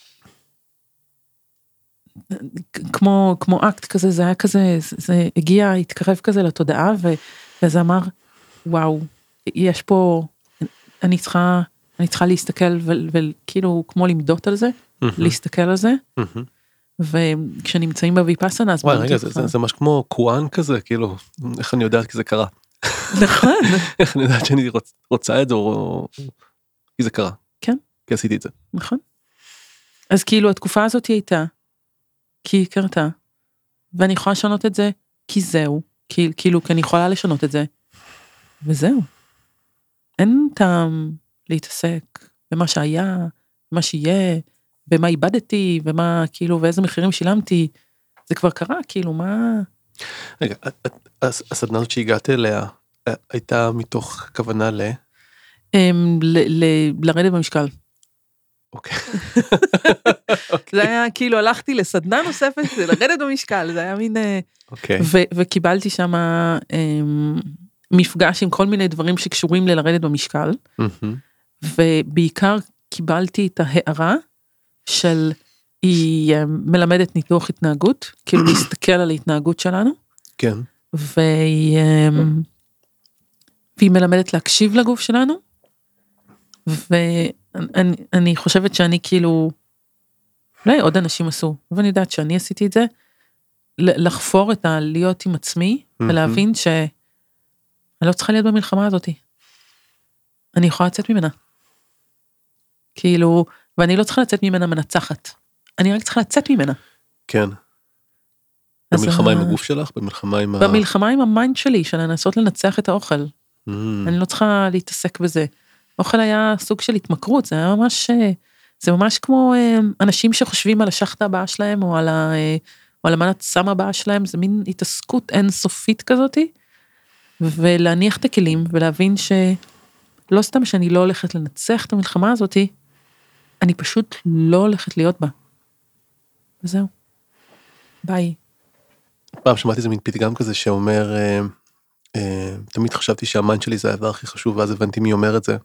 Speaker 2: כמו, כמו אקט כזה, זה היה כזה, זה, זה הגיע, התקרב כזה לתודעה, ו, וזה אמר, וואו, יש פה, אני צריכה, אני צריכה להסתכל, וכאילו, כמו למדות על זה, mm-hmm. להסתכל על זה, mm-hmm. וכשנמצאים בוויפאסנה, אז...
Speaker 1: וואי, רגע, זה, זה, זה ממש כמו קואן כזה, כאילו, איך אני יודעת כי זה קרה.
Speaker 2: נכון.
Speaker 1: איך אני יודעת שאני רוצ, רוצה את זה, או... כי זה קרה.
Speaker 2: כן.
Speaker 1: כי עשיתי את זה.
Speaker 2: נכון. אז כאילו, התקופה הזאת היא הייתה, כי היא קרתה, ואני יכולה לשנות את זה, כי זהו, כי, כאילו, כי אני יכולה לשנות את זה, וזהו. אין טעם להתעסק במה שהיה, במה שיהיה, במה איבדתי, ומה, כאילו, ואיזה מחירים שילמתי, זה כבר קרה, כאילו, מה...
Speaker 1: רגע, הסדנה הזאת שהגעת אליה, הייתה מתוך כוונה ל...
Speaker 2: לרדת במשקל.
Speaker 1: אוקיי.
Speaker 2: זה היה, כאילו, הלכתי לסדנה נוספת, לרדת במשקל, זה היה מין...
Speaker 1: אוקיי.
Speaker 2: וקיבלתי שם מפגש עם כל מיני דברים שקשורים ללרדת במשקל, ובעיקר קיבלתי את ההערה של... היא מלמדת ניתוח התנהגות, כאילו להסתכל על ההתנהגות שלנו.
Speaker 1: כן.
Speaker 2: והיא, והיא מלמדת להקשיב לגוף שלנו, ואני אני חושבת שאני כאילו, אולי עוד אנשים עשו, ואני יודעת שאני עשיתי את זה, לחפור את הלהיות עם עצמי, ולהבין שאני לא צריכה להיות במלחמה הזאת. אני יכולה לצאת ממנה. כאילו, ואני לא צריכה לצאת ממנה מנצחת. אני רק צריכה לצאת ממנה.
Speaker 1: כן. במלחמה עם הגוף שלך? במלחמה עם ה...
Speaker 2: במלחמה עם המיינד שלי, של לנסות לנצח את האוכל. אני לא צריכה להתעסק בזה. האוכל היה סוג של התמכרות, זה היה ממש, זה ממש כמו אנשים שחושבים על השחטה הבאה שלהם, או על, ה, או על המנת סם הבאה שלהם, זה מין התעסקות אינסופית כזאת, ולהניח את הכלים, ולהבין שלא סתם שאני לא הולכת לנצח את המלחמה הזאת, אני פשוט לא הולכת להיות בה. וזהו. ביי.
Speaker 1: פעם שמעתי איזה מין פתגם כזה שאומר, אה, אה, תמיד חשבתי שהמיינד שלי זה הדבר הכי חשוב, ואז הבנתי מי אומר את זה.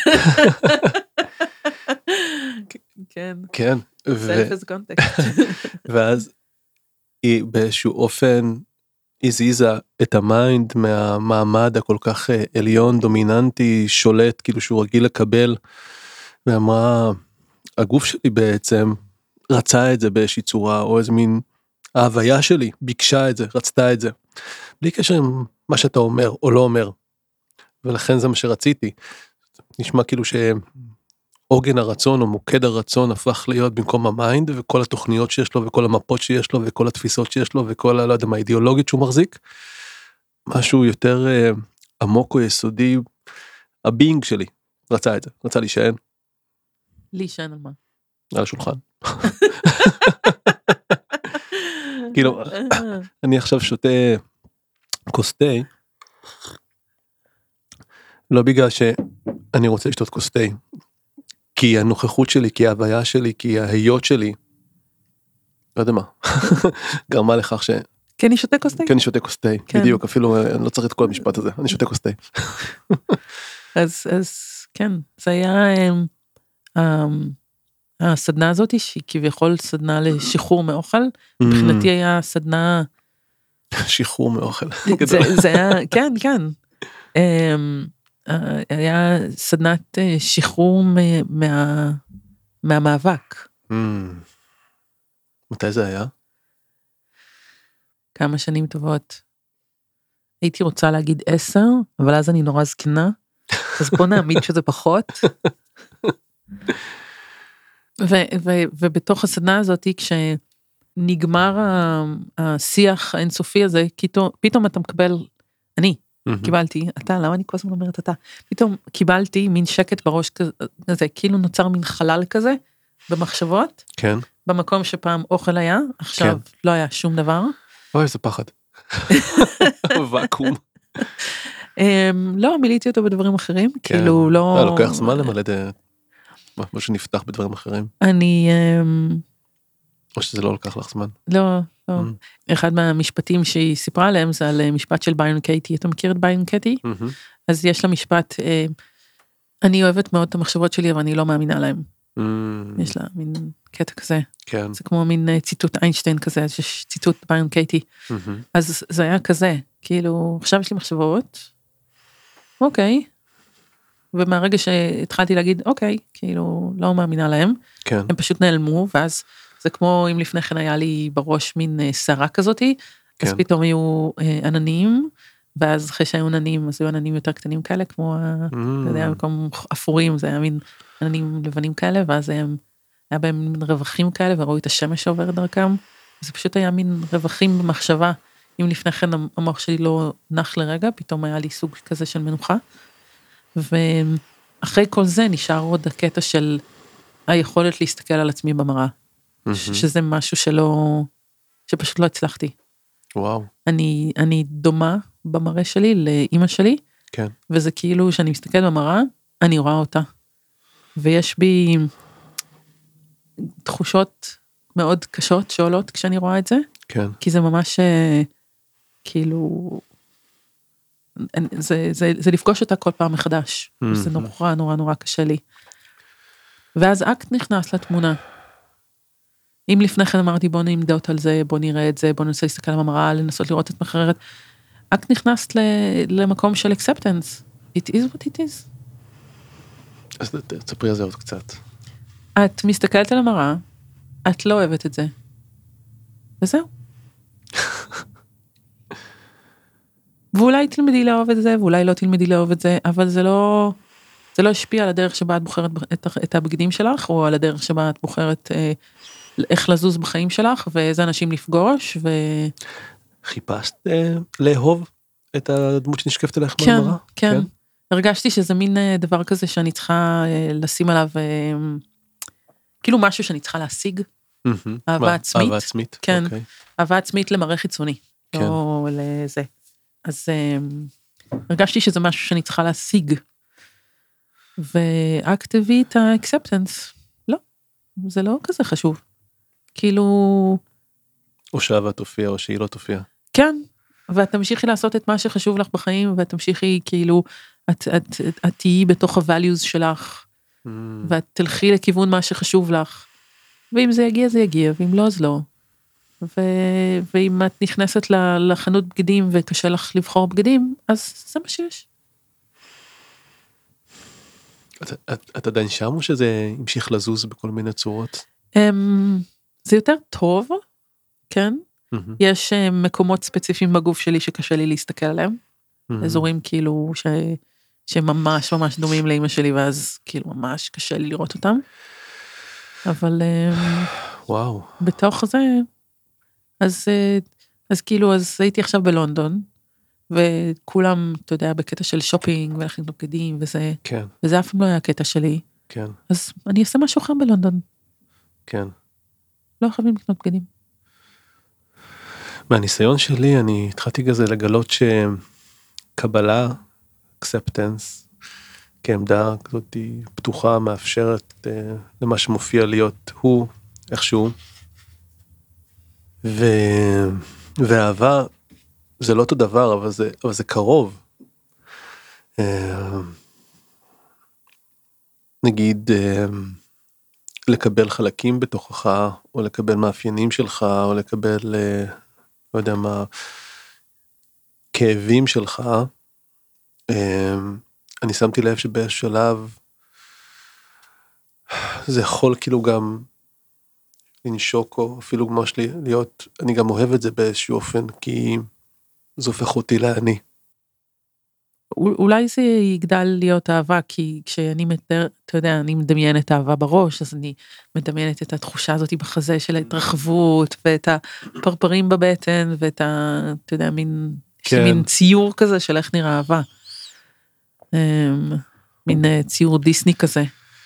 Speaker 2: כן.
Speaker 1: כן.
Speaker 2: Self is context.
Speaker 1: ואז היא באיזשהו אופן הזיזה את המיינד מהמעמד הכל כך עליון, דומיננטי, שולט, כאילו שהוא רגיל לקבל, ואמרה, הגוף שלי בעצם רצה את זה באיזושהי צורה, או איזה מין ההוויה שלי ביקשה את זה, רצתה את זה. בלי קשר עם מה שאתה אומר או לא אומר. ולכן זה מה שרציתי. נשמע כאילו שעוגן הרצון או מוקד הרצון הפך להיות במקום המיינד, וכל התוכניות שיש לו, וכל המפות שיש לו, וכל התפיסות שיש לו, וכל, לא יודע מה, האידיאולוגית שהוא מחזיק. משהו יותר uh, עמוק או יסודי, הביינג שלי רצה את זה, רצה להישען.
Speaker 2: להישען על מה?
Speaker 1: על השולחן. כאילו, אני עכשיו שותה כוס תה, לא בגלל שאני רוצה לשתות כוס תה, כי הנוכחות שלי, כי ההוויה שלי, כי ההיות שלי, לא יודע מה, גרמה לכך
Speaker 2: כן, אני שותה כוס תה.
Speaker 1: כן, אני שותה כוס תה,
Speaker 2: כן.
Speaker 1: בדיוק, אפילו אני לא צריך את כל המשפט הזה, אני שותה כוס תה.
Speaker 2: אז, אז כן, זה היה um, הסדנה הזאת, שהיא כביכול סדנה לשחרור מאוכל, מבחינתי היה סדנה...
Speaker 1: שחרור מאוכל.
Speaker 2: זה, זה היה, כן, כן. Um, היה סדנת שחרור מה, מהמאבק.
Speaker 1: Mm. מתי זה היה?
Speaker 2: כמה שנים טובות. הייתי רוצה להגיד עשר, אבל אז אני נורא זקנה, אז בוא נעמיד שזה פחות. ו- ו- ובתוך הסדנה הזאת, כשנגמר השיח האינסופי הזה, פתאום, פתאום אתה מקבל, אני mm-hmm. קיבלתי, אתה, למה אני כל הזמן אומרת אתה? פתאום קיבלתי מין שקט בראש כזה, כאילו נוצר מין חלל כזה, במחשבות,
Speaker 1: כן.
Speaker 2: במקום שפעם אוכל היה, עכשיו כן. לא היה שום דבר.
Speaker 1: אוי, איזה פחד. ואקום.
Speaker 2: לא, מיליתי אותו בדברים אחרים, כאילו לא...
Speaker 1: לא, לוקח זמן למלא מה שנפתח בדברים אחרים.
Speaker 2: אני...
Speaker 1: או שזה לא לקח לך זמן.
Speaker 2: לא, לא. אחד מהמשפטים שהיא סיפרה עליהם, זה על משפט של ביון קייטי. אתה מכיר את ביון קייטי? אז יש לה משפט, אני אוהבת מאוד את המחשבות שלי, אבל אני לא מאמינה להם. יש לה מין קטע כזה.
Speaker 1: כן.
Speaker 2: זה כמו מין ציטוט איינשטיין כזה, יש ציטוט ביון קייטי. אז זה היה כזה, כאילו, עכשיו יש לי מחשבות, אוקיי, ומהרגע שהתחלתי להגיד, אוקיי, כאילו, לא מאמינה להם,
Speaker 1: כן.
Speaker 2: הם פשוט נעלמו, ואז זה כמו אם לפני כן היה לי בראש מין שרה כזאתי, כן. אז פתאום היו עננים, ואז אחרי שהיו עננים, אז היו עננים יותר קטנים כאלה, כמו, mm. אתה יודע, במקום אפורים, זה היה מין עננים לבנים כאלה, ואז היה, היה בהם מין רווחים כאלה, וראו את השמש שעוברת דרכם, זה פשוט היה מין רווחים במחשבה, אם לפני כן המוח שלי לא נח לרגע, פתאום היה לי סוג כזה של מנוחה, ואחרי כל זה נשאר עוד הקטע של היכולת להסתכל על עצמי במראה, mm-hmm. שזה משהו שלא, שפשוט לא הצלחתי.
Speaker 1: וואו.
Speaker 2: אני, אני דומה במראה שלי לאמא שלי,
Speaker 1: כן.
Speaker 2: וזה כאילו שאני מסתכל במראה, אני רואה אותה. ויש בי תחושות מאוד קשות שעולות כשאני רואה את זה,
Speaker 1: כן.
Speaker 2: כי זה ממש כאילו, זה, זה, זה לפגוש אותה כל פעם מחדש, mm-hmm. זה נורא נורא נורא קשה לי. ואז אקט נכנס לתמונה. אם לפני כן אמרתי בוא נמדות על זה, בוא נראה את זה, בוא ננסה להסתכל על המראה, לנסות לראות את מחררת, אקט נכנס למקום של acceptance. It is what it is.
Speaker 1: אז תספרי על זה עוד קצת.
Speaker 2: את מסתכלת על המראה, את לא אוהבת את זה. וזהו. ואולי תלמדי לאהוב את זה, ואולי לא תלמדי לאהוב את זה, אבל זה לא, זה לא השפיע על הדרך שבה את בוחרת את, את הבגדים שלך, או על הדרך שבה את בוחרת אה, איך לזוז בחיים שלך, ואיזה אנשים לפגוש, ו...
Speaker 1: חיפשת אה, לאהוב את הדמות שנשקפת אליך
Speaker 2: כן,
Speaker 1: במראה?
Speaker 2: כן, כן. הרגשתי שזה מין אה, דבר כזה שאני צריכה אה, לשים עליו, אה, כאילו משהו שאני צריכה להשיג, mm-hmm. אהבה עצמית.
Speaker 1: אהבה עצמית,
Speaker 2: כן,
Speaker 1: אוקיי.
Speaker 2: אהבה עצמית למראה חיצוני, כן. לא לזה. אז uh, הרגשתי שזה משהו שאני צריכה להשיג, ואקטיבי את האקספטנס, לא, זה לא כזה חשוב, כאילו...
Speaker 1: או שאהבה תופיע, או שהיא לא תופיע.
Speaker 2: כן, ואת תמשיכי לעשות את מה שחשוב לך בחיים, ואת תמשיכי כאילו, את, את, את, את תהיי בתוך ה-values שלך, mm. ואת תלכי לכיוון מה שחשוב לך, ואם זה יגיע, זה יגיע, ואם לא, אז לא. ו... ואם את נכנסת לחנות בגדים וקשה לך לבחור בגדים, אז זה מה שיש.
Speaker 1: את, את, את עדיין שם או שזה המשיך לזוז בכל מיני צורות?
Speaker 2: Um, זה יותר טוב, כן. Mm-hmm. יש uh, מקומות ספציפיים בגוף שלי שקשה לי להסתכל עליהם. Mm-hmm. אזורים כאילו ש... שממש ממש דומים לאמא שלי, ואז כאילו ממש קשה לי לראות אותם. אבל um,
Speaker 1: וואו.
Speaker 2: בתוך זה... אז, אז כאילו, אז הייתי עכשיו בלונדון, וכולם, אתה יודע, בקטע של שופינג, ולכן בגדים, וזה,
Speaker 1: כן.
Speaker 2: וזה אף פעם לא היה הקטע שלי.
Speaker 1: כן.
Speaker 2: אז אני אעשה משהו אחר בלונדון.
Speaker 1: כן.
Speaker 2: לא חייבים לקנות בגדים.
Speaker 1: מהניסיון שלי, אני התחלתי כזה לגלות שקבלה, acceptance, כעמדה כזאת פתוחה, מאפשרת למה שמופיע להיות הוא, איכשהו, ואהבה זה לא אותו דבר, אבל זה, אבל זה קרוב. נגיד, לקבל חלקים בתוכך, או לקבל מאפיינים שלך, או לקבל, לא יודע מה, כאבים שלך. אני שמתי לב שבשלב, זה יכול כאילו גם לנשוק, או אפילו כמו שלי, להיות, אני גם אוהב את זה באיזשהו אופן, כי זה הופך אותי לעני.
Speaker 2: אולי זה יגדל להיות אהבה, כי כשאני מתאר, אתה יודע, אני מדמיינת אהבה בראש, אז אני מדמיינת את התחושה הזאת בחזה של ההתרחבות, ואת הפרפרים בבטן, ואת ה, אתה יודע, מין, כן. מין ציור כזה של איך נראה אהבה. מין ציור דיסני כזה.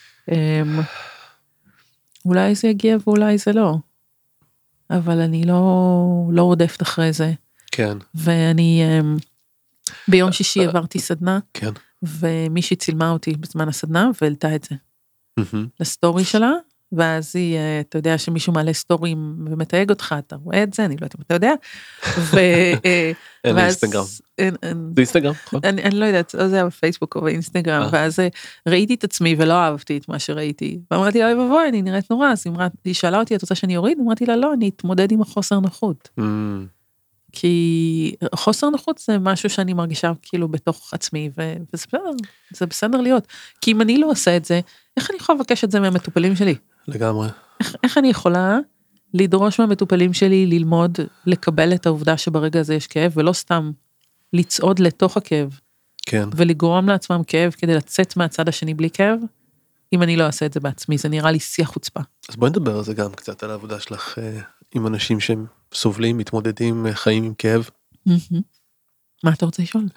Speaker 2: אולי זה יגיע ואולי זה לא. אבל אני לא, לא רודפת אחרי זה.
Speaker 1: כן.
Speaker 2: ואני... ביום שישי עברתי סדנה,
Speaker 1: כן.
Speaker 2: ומישהי צילמה אותי בזמן הסדנה, והעלתה את זה. לסטורי שלה, ואז היא, אתה יודע שמישהו מעלה סטורים ומתייג אותך, אתה רואה את זה, אני לא יודעת אם אתה יודע.
Speaker 1: אין לי אינסטגרם. זה אינסטגרם?
Speaker 2: אני לא יודעת, או זה היה בפייסבוק או באינסטגרם, ואז ראיתי את עצמי ולא אהבתי את מה שראיתי, ואמרתי לה, אוי ובואי, אני נראית נורא, אז היא שאלה אותי, את רוצה שאני אוריד? אמרתי לה, לא, אני אתמודד עם החוסר נוחות. כי חוסר נוחות זה משהו שאני מרגישה כאילו בתוך עצמי, וזה בסדר, זה בסדר להיות. כי אם אני לא עושה את זה, איך אני יכולה לבקש את זה מהמטופלים שלי?
Speaker 1: לגמרי.
Speaker 2: איך, איך אני יכולה לדרוש מהמטופלים שלי ללמוד, לקבל את העובדה שברגע הזה יש כאב, ולא סתם לצעוד לתוך הכאב,
Speaker 1: כן.
Speaker 2: ולגרום לעצמם כאב כדי לצאת מהצד השני בלי כאב, אם אני לא אעשה את זה בעצמי, זה נראה לי שיח חוצפה.
Speaker 1: אז בואי נדבר על זה גם קצת, על העבודה שלך עם אנשים שהם סובלים, מתמודדים, חיים עם כאב.
Speaker 2: מה אתה רוצה לשאול?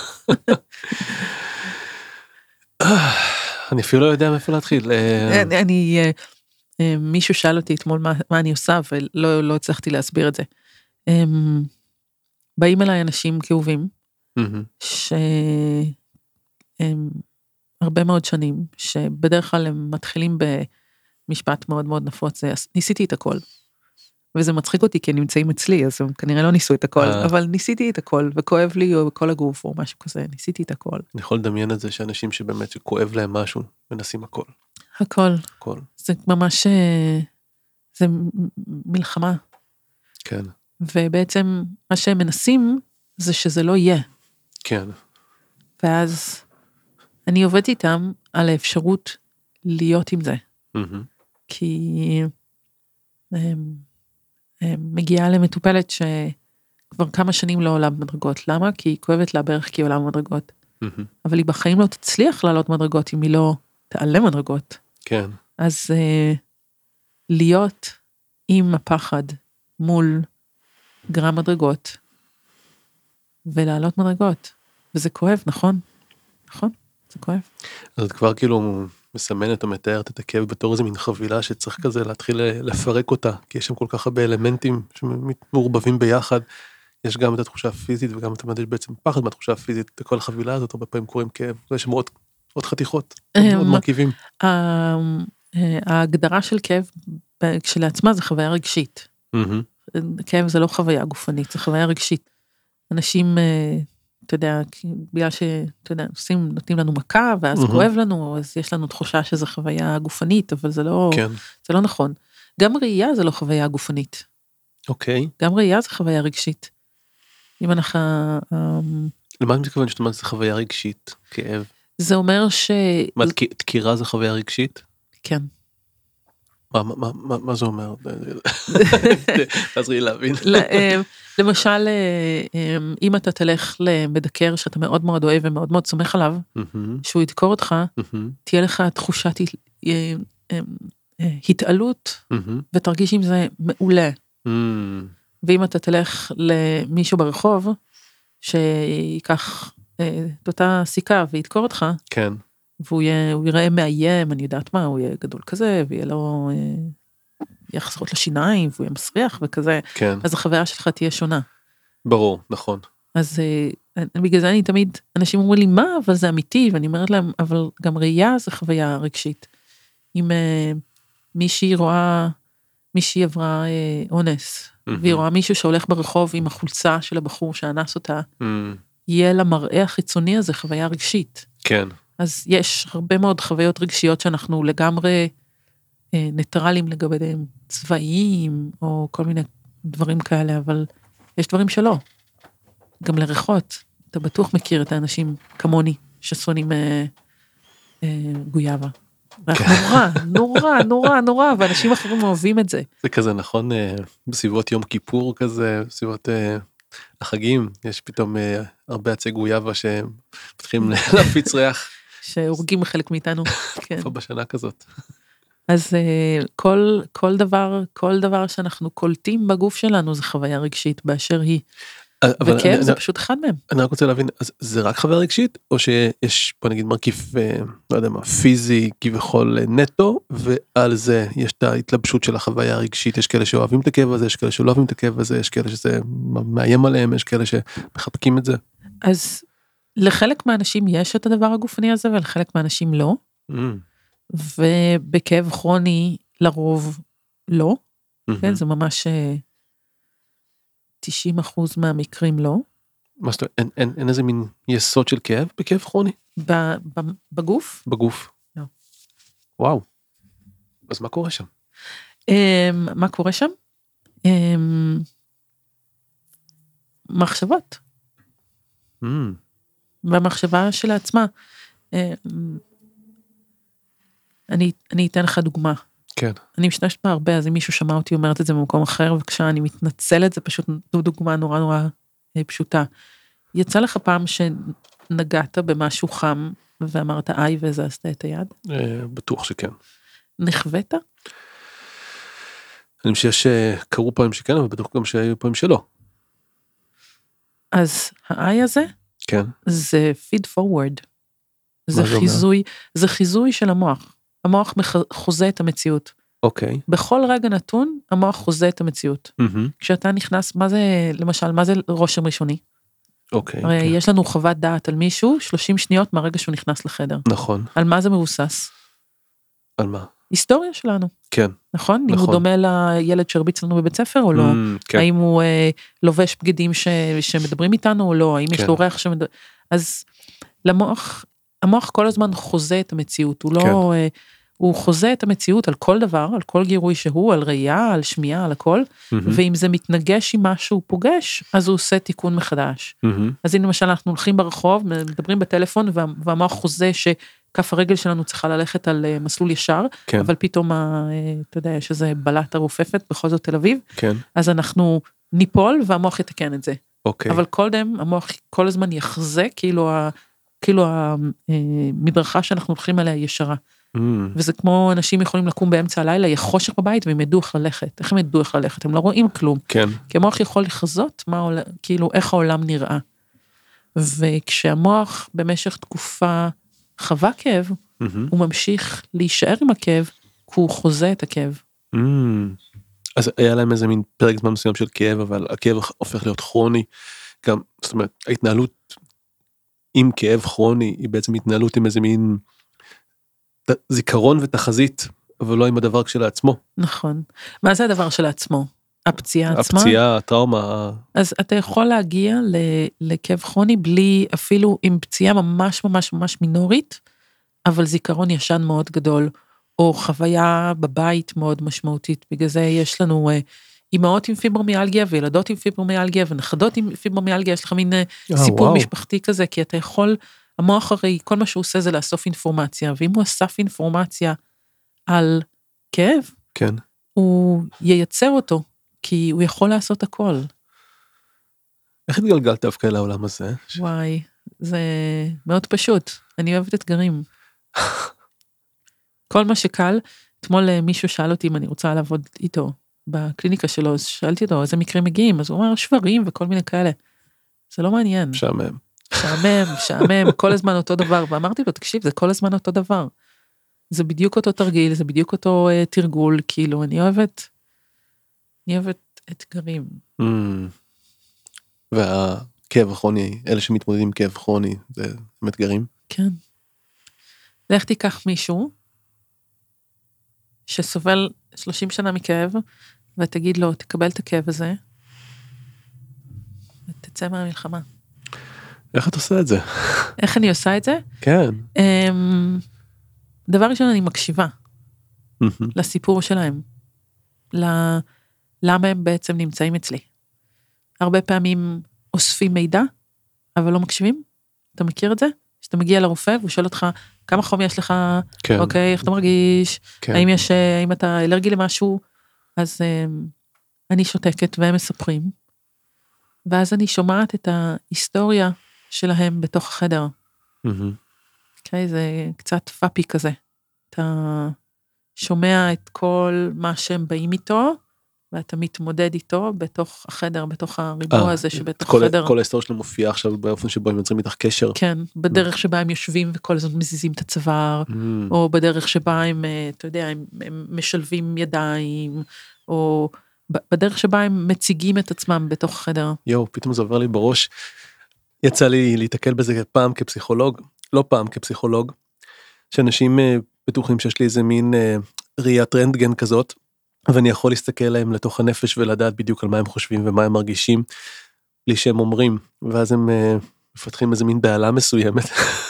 Speaker 1: אני אפילו לא יודע מאיפה להתחיל.
Speaker 2: אני, מישהו שאל אותי אתמול מה אני עושה, ולא הצלחתי להסביר את זה. באים אליי אנשים כאובים, שהרבה מאוד שנים, שבדרך כלל הם מתחילים במשפט מאוד מאוד נפוץ, ניסיתי את הכל. וזה מצחיק אותי, כי הם נמצאים אצלי, אז הם כנראה לא ניסו את הכל, אבל ניסיתי את הכל, וכואב לי או בכל הגוף, או משהו כזה, ניסיתי את הכל.
Speaker 1: אני יכול לדמיין את זה, שאנשים שבאמת שכואב להם משהו, מנסים הכל.
Speaker 2: הכל.
Speaker 1: הכל.
Speaker 2: זה ממש, זה מלחמה.
Speaker 1: כן.
Speaker 2: ובעצם, מה שהם מנסים, זה שזה לא יהיה.
Speaker 1: כן.
Speaker 2: ואז, אני עובדת איתם, על האפשרות להיות עם זה. כי... מגיעה למטופלת שכבר כמה שנים לא עולה במדרגות. למה? כי היא כואבת לה בערך כי היא עולה במדרגות. אבל היא בחיים לא תצליח לעלות מדרגות אם היא לא תעלה מדרגות.
Speaker 1: כן.
Speaker 2: אז להיות עם הפחד מול גרם מדרגות ולעלות מדרגות. וזה כואב, נכון? נכון? זה כואב.
Speaker 1: אז את כבר כאילו מסמנת או מתארת את הכאב בתור איזה מין חבילה שצריך כזה להתחיל לפרק אותה, כי יש שם כל כך הרבה אלמנטים שמעורבבים ביחד. יש גם את התחושה הפיזית וגם את המדש בעצם פחד מהתחושה הפיזית, כל החבילה הזאת הרבה פעמים קוראים כאב, ויש שם עוד, עוד חתיכות, עוד מרכיבים.
Speaker 2: ההגדרה של כאב כשלעצמה זה חוויה רגשית. כאב זה לא חוויה גופנית, זה חוויה רגשית. אנשים, אתה יודע, בגלל שאתה יודע, עושים, נותנים לנו מכה, ואז כואב לנו, אז יש לנו תחושה שזה חוויה גופנית, אבל זה לא, זה לא נכון. גם ראייה זה לא חוויה גופנית.
Speaker 1: אוקיי.
Speaker 2: גם ראייה זה חוויה רגשית. אם אנחנו...
Speaker 1: למה אני מתכוון שאת אומרת זה חוויה רגשית, כאב?
Speaker 2: זה אומר ש...
Speaker 1: מה, דקירה זה חוויה רגשית?
Speaker 2: כן.
Speaker 1: מה, מה, מה, מה זה אומר? תעזרי להבין.
Speaker 2: למשל, אם אתה תלך למדקר שאתה מאוד מאוד אוהב ומאוד מאוד סומך עליו, שהוא ידקור אותך, תהיה לך תחושת התעלות, ותרגיש עם זה מעולה. ואם אתה תלך למישהו ברחוב, שיקח את אותה סיכה וידקור אותך,
Speaker 1: כן.
Speaker 2: והוא ייראה מאיים, אני יודעת מה, הוא יהיה גדול כזה, ויהיה לו, יחזרות לשיניים, והוא יהיה מסריח וכזה,
Speaker 1: כן.
Speaker 2: אז החוויה שלך תהיה שונה.
Speaker 1: ברור, נכון.
Speaker 2: אז בגלל זה אני תמיד, אנשים אומרים לי, מה, אבל זה אמיתי, ואני אומרת להם, אבל גם ראייה זה חוויה רגשית. אם מישהי רואה מישהי עברה אה, אונס, mm-hmm. והיא רואה מישהו שהולך ברחוב עם החולצה של הבחור שאנס אותה, mm-hmm. יהיה למראה החיצוני הזה חוויה רגשית.
Speaker 1: כן.
Speaker 2: אז יש הרבה מאוד חוויות רגשיות שאנחנו לגמרי אה, ניטרלים לגביהם, צבאיים, או כל מיני דברים כאלה, אבל יש דברים שלא. גם לריחות, אתה בטוח מכיר את האנשים כמוני, ששונאים אה, אה, גויאבה. ואנחנו נורא, נורא, נורא, נורא, ואנשים אחרים אוהבים את זה.
Speaker 1: זה כזה נכון, בסביבות יום כיפור כזה, בסביבות החגים, יש פתאום הרבה עצי גויאבה שמתחילים להפיץ ריח.
Speaker 2: שהורגים חלק מאיתנו.
Speaker 1: איפה בשנה כזאת.
Speaker 2: אז כל, כל דבר, כל דבר שאנחנו קולטים בגוף שלנו, זה חוויה רגשית באשר היא. וכאב זה פשוט אחד מהם.
Speaker 1: אני רק רוצה להבין, אז זה רק חוויה רגשית, או שיש, בוא נגיד, מרכיב, לא יודע מה, פיזי, כביכול נטו, ועל זה יש את ההתלבשות של החוויה הרגשית, יש כאלה שאוהבים את הכאב הזה, יש כאלה שלא אוהבים את הכאב הזה, יש כאלה שזה מאיים עליהם, יש כאלה שמחבקים את זה.
Speaker 2: אז לחלק מהאנשים יש את הדבר הגופני הזה, ולחלק מהאנשים לא, ובכאב כרוני לרוב לא, כן, זה ממש תשעים אחוז מהמקרים לא.
Speaker 1: מה זאת אומרת, אין, אין, אין איזה מין יסוד של כאב בכאב כרוני?
Speaker 2: בגוף?
Speaker 1: בגוף.
Speaker 2: לא.
Speaker 1: וואו. אז מה קורה שם?
Speaker 2: מה קורה שם? מחשבות. במחשבה של עצמה. אני, אני אתן לך דוגמה.
Speaker 1: כן.
Speaker 2: אני משתמשת בה הרבה, אז אם מישהו שמע אותי אומרת את זה במקום אחר, וכשאני מתנצלת, זה פשוט דוגמה נורא נורא פשוטה. יצא לך פעם שנגעת במשהו חם, ואמרת איי וזזת את היד?
Speaker 1: בטוח שכן.
Speaker 2: נחווית?
Speaker 1: אני חושב שקרו פעמים שכן, אבל בטוח גם שהיו פעמים שלא.
Speaker 2: אז האיי הזה,
Speaker 1: כן.
Speaker 2: זה feed forward. זה חיזוי, זה חיזוי של המוח. המוח חוזה את המציאות.
Speaker 1: אוקיי.
Speaker 2: בכל רגע נתון, המוח חוזה את המציאות. כשאתה נכנס, מה זה, למשל, מה זה רושם ראשוני?
Speaker 1: אוקיי.
Speaker 2: הרי יש לנו חוות דעת על מישהו, שלושים שניות מהרגע שהוא נכנס לחדר.
Speaker 1: נכון.
Speaker 2: על מה זה מבוסס?
Speaker 1: על מה?
Speaker 2: היסטוריה שלנו.
Speaker 1: כן.
Speaker 2: נכון? אם הוא דומה לילד שהרביץ לנו בבית ספר או לא? האם הוא לובש בגדים שמדברים איתנו או לא? האם יש לו ריח שמדבר... אז למוח... המוח כל הזמן חוזה את המציאות, הוא לא, הוא חוזה את המציאות על כל דבר, על כל גירוי שהוא, על ראייה, על שמיעה, על הכל, ואם זה מתנגש עם מה שהוא פוגש, אז הוא עושה תיקון מחדש. אז הנה למשל אנחנו הולכים ברחוב, מדברים בטלפון, והמוח חוזה שכף הרגל שלנו צריכה ללכת על מסלול ישר, אבל פתאום, אתה יודע, יש איזה בלטה רופפת, בכל זאת תל אביב, אז אנחנו ניפול, והמוח יתקן את זה. אבל קודם, המוח כל הזמן יחזה, כאילו ה... כאילו המדרכה שאנחנו הולכים עליה ישרה. וזה כמו אנשים יכולים לקום באמצע הלילה, יהיה חושך בבית, והם ידעו איך ללכת. איך הם ידעו איך ללכת? הם לא רואים כלום.
Speaker 1: כן.
Speaker 2: כי המוח יכול לחזות מה, כאילו, איך העולם נראה. וכשהמוח במשך תקופה חווה כאב, הוא ממשיך להישאר עם הכאב, כי הוא חוזה את הכאב.
Speaker 1: אז היה להם איזה מין פרק זמן מסוים של כאב, אבל הכאב הופך להיות כרוני. גם, זאת אומרת, ההתנהלות עם כאב כרוני, היא בעצם התנהלות עם איזה מין זיכרון ותחזית, אבל לא עם הדבר כשלעצמו.
Speaker 2: נכון. מה זה הדבר שלעצמו? הפציעה עצמה?
Speaker 1: הפציעה, הטראומה.
Speaker 2: אז אתה יכול להגיע לכאב כרוני בלי, אפילו עם פציעה ממש ממש ממש מינורית, אבל זיכרון ישן מאוד גדול, או חוויה בבית מאוד משמעותית. בגלל זה יש לנו אימהות עם פיברומיאלגיה, וילדות עם פיברומיאלגיה, ונכדות עם פיברומיאלגיה, יש לך מין סיפור וואו. משפחתי כזה, כי אתה יכול, המוח הרי, כל מה שהוא עושה זה לאסוף אינפורמציה, ואם הוא אסף אינפורמציה על כאב,
Speaker 1: כן.
Speaker 2: הוא ייצר אותו, כי הוא יכול לעשות הכל.
Speaker 1: איך התגלגלת דווקא לעולם הזה?
Speaker 2: וואי, זה מאוד פשוט, אני אוהבת אתגרים. כל מה שקל, אתמול מישהו שאל אותי אם אני רוצה לעבוד איתו, בקליניקה שלו, אז שאלתי אותו, איזה מקרים מגיעים, אז הוא אומר, שברים וכל מיני כאלה. זה לא מעניין.
Speaker 1: שעמם.
Speaker 2: שעמם, שעמם, כל הזמן אותו דבר, ואמרתי לו, תקשיב, זה כל הזמן אותו דבר. זה בדיוק אותו תרגיל, זה בדיוק אותו uh, תרגול, כאילו, אני אוהבת, אני אוהבת אתגרים.
Speaker 1: Mm. והכאב הכרוני, אלה שמתמודדים עם כאב כרוני, זה אתגרים?
Speaker 2: כן. לך תיקח מישהו, שסובל שלושים שנה מכאב, ותגיד לו, תקבל את הכאב הזה, ותצא מהמלחמה.
Speaker 1: איך את עושה את זה?
Speaker 2: איך אני עושה את זה?
Speaker 1: כן.
Speaker 2: דבר ראשון, אני מקשיבה לסיפור שלהם, למה הם בעצם נמצאים אצלי. הרבה פעמים אוספים מידע, אבל לא מקשיבים. אתה מכיר את זה? כשאתה מגיע לרופא, והוא שואל אותך, כמה חום יש לך?
Speaker 1: כן.
Speaker 2: אוקיי, איך אתה מרגיש?
Speaker 1: כן.
Speaker 2: האם יש, האם אתה אלרגי למשהו? אז אני שותקת והם מספרים, ואז אני שומעת את ההיסטוריה שלהם בתוך החדר. אוקיי, זה קצת פאפי כזה. אתה שומע את כל מה שהם באים איתו, ואתה מתמודד איתו בתוך החדר, בתוך הריבוע הזה שבתוך החדר.
Speaker 1: כל ההיסטוריה שלהם מופיעה עכשיו באופן שבו הם יוצרים איתך קשר.
Speaker 2: כן, בדרך שבה הם יושבים וכל הזמן מזיזים את הצוואר, או בדרך שבה הם, אתה יודע, הם משלבים ידיים, או בדרך שבה הם מציגים את עצמם בתוך החדר.
Speaker 1: יואו, פתאום זה עובר לי בראש. יצא לי להתקל בזה פעם כפסיכולוג, לא פעם כפסיכולוג, שאנשים בטוחים שיש לי איזה מין ראיית רנטגן כזאת, ואני יכול להסתכל להם לתוך הנפש ולדעת בדיוק על מה הם חושבים ומה הם מרגישים, בלי שהם אומרים, ואז הם מפתחים איזה מין בעלה מסוימת.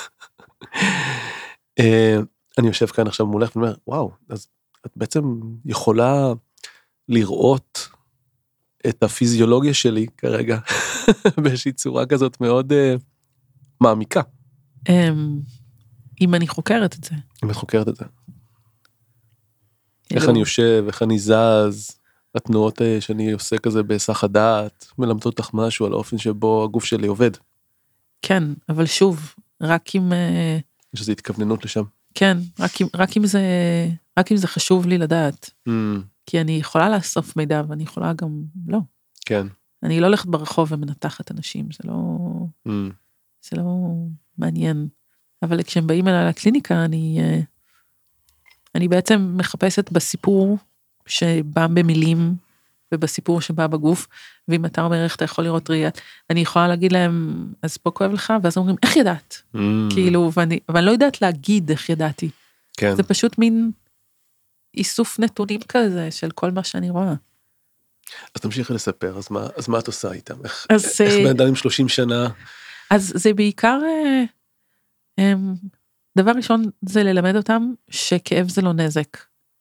Speaker 1: אני יושב כאן עכשיו מולך ואומר, וואו, אז את בעצם יכולה לראות את הפיזיולוגיה שלי כרגע, באיזושהי צורה כזאת מאוד מעמיקה.
Speaker 2: אם אני חוקרת את זה.
Speaker 1: אם את חוקרת את זה. איך אני יושב, איך אני זז, התנועות שאני עושה כזה בהיסח הדעת, מלמדות לך משהו על האופן שבו הגוף שלי עובד.
Speaker 2: כן, אבל שוב, רק אם...
Speaker 1: יש איזו התכווננות לשם.
Speaker 2: כן, רק אם, רק אם זה, רק אם זה חשוב לי לדעת.
Speaker 1: Mm.
Speaker 2: כי אני יכולה לאסוף מידע, ואני יכולה גם, לא.
Speaker 1: כן.
Speaker 2: אני לא הולכת ברחוב ומנתחת אנשים, זה לא,
Speaker 1: Mm.
Speaker 2: זה לא מעניין. אבל כשהם באים אליי לקליניקה, אני... אני בעצם מחפשת בסיפור שבא במילים, ובסיפור שבא בגוף, ואם אתה אומר איך אתה יכול לראות ראייה, אני יכולה להגיד להם, אז פה כואב לך, ואז אומרים, איך ידעת? Mm. כאילו, ואני, ואני לא יודעת להגיד איך ידעתי.
Speaker 1: כן.
Speaker 2: זה פשוט מין איסוף נתונים כזה, של כל מה שאני רואה.
Speaker 1: אז תמשיכי לספר, אז מה, אז מה את עושה איתם? איך,
Speaker 2: אז,
Speaker 1: איך בן אדם עם שלושים שנה? אז
Speaker 2: זה בעיקר... דבר ראשון זה ללמד אותם שכאב זה לא נזק.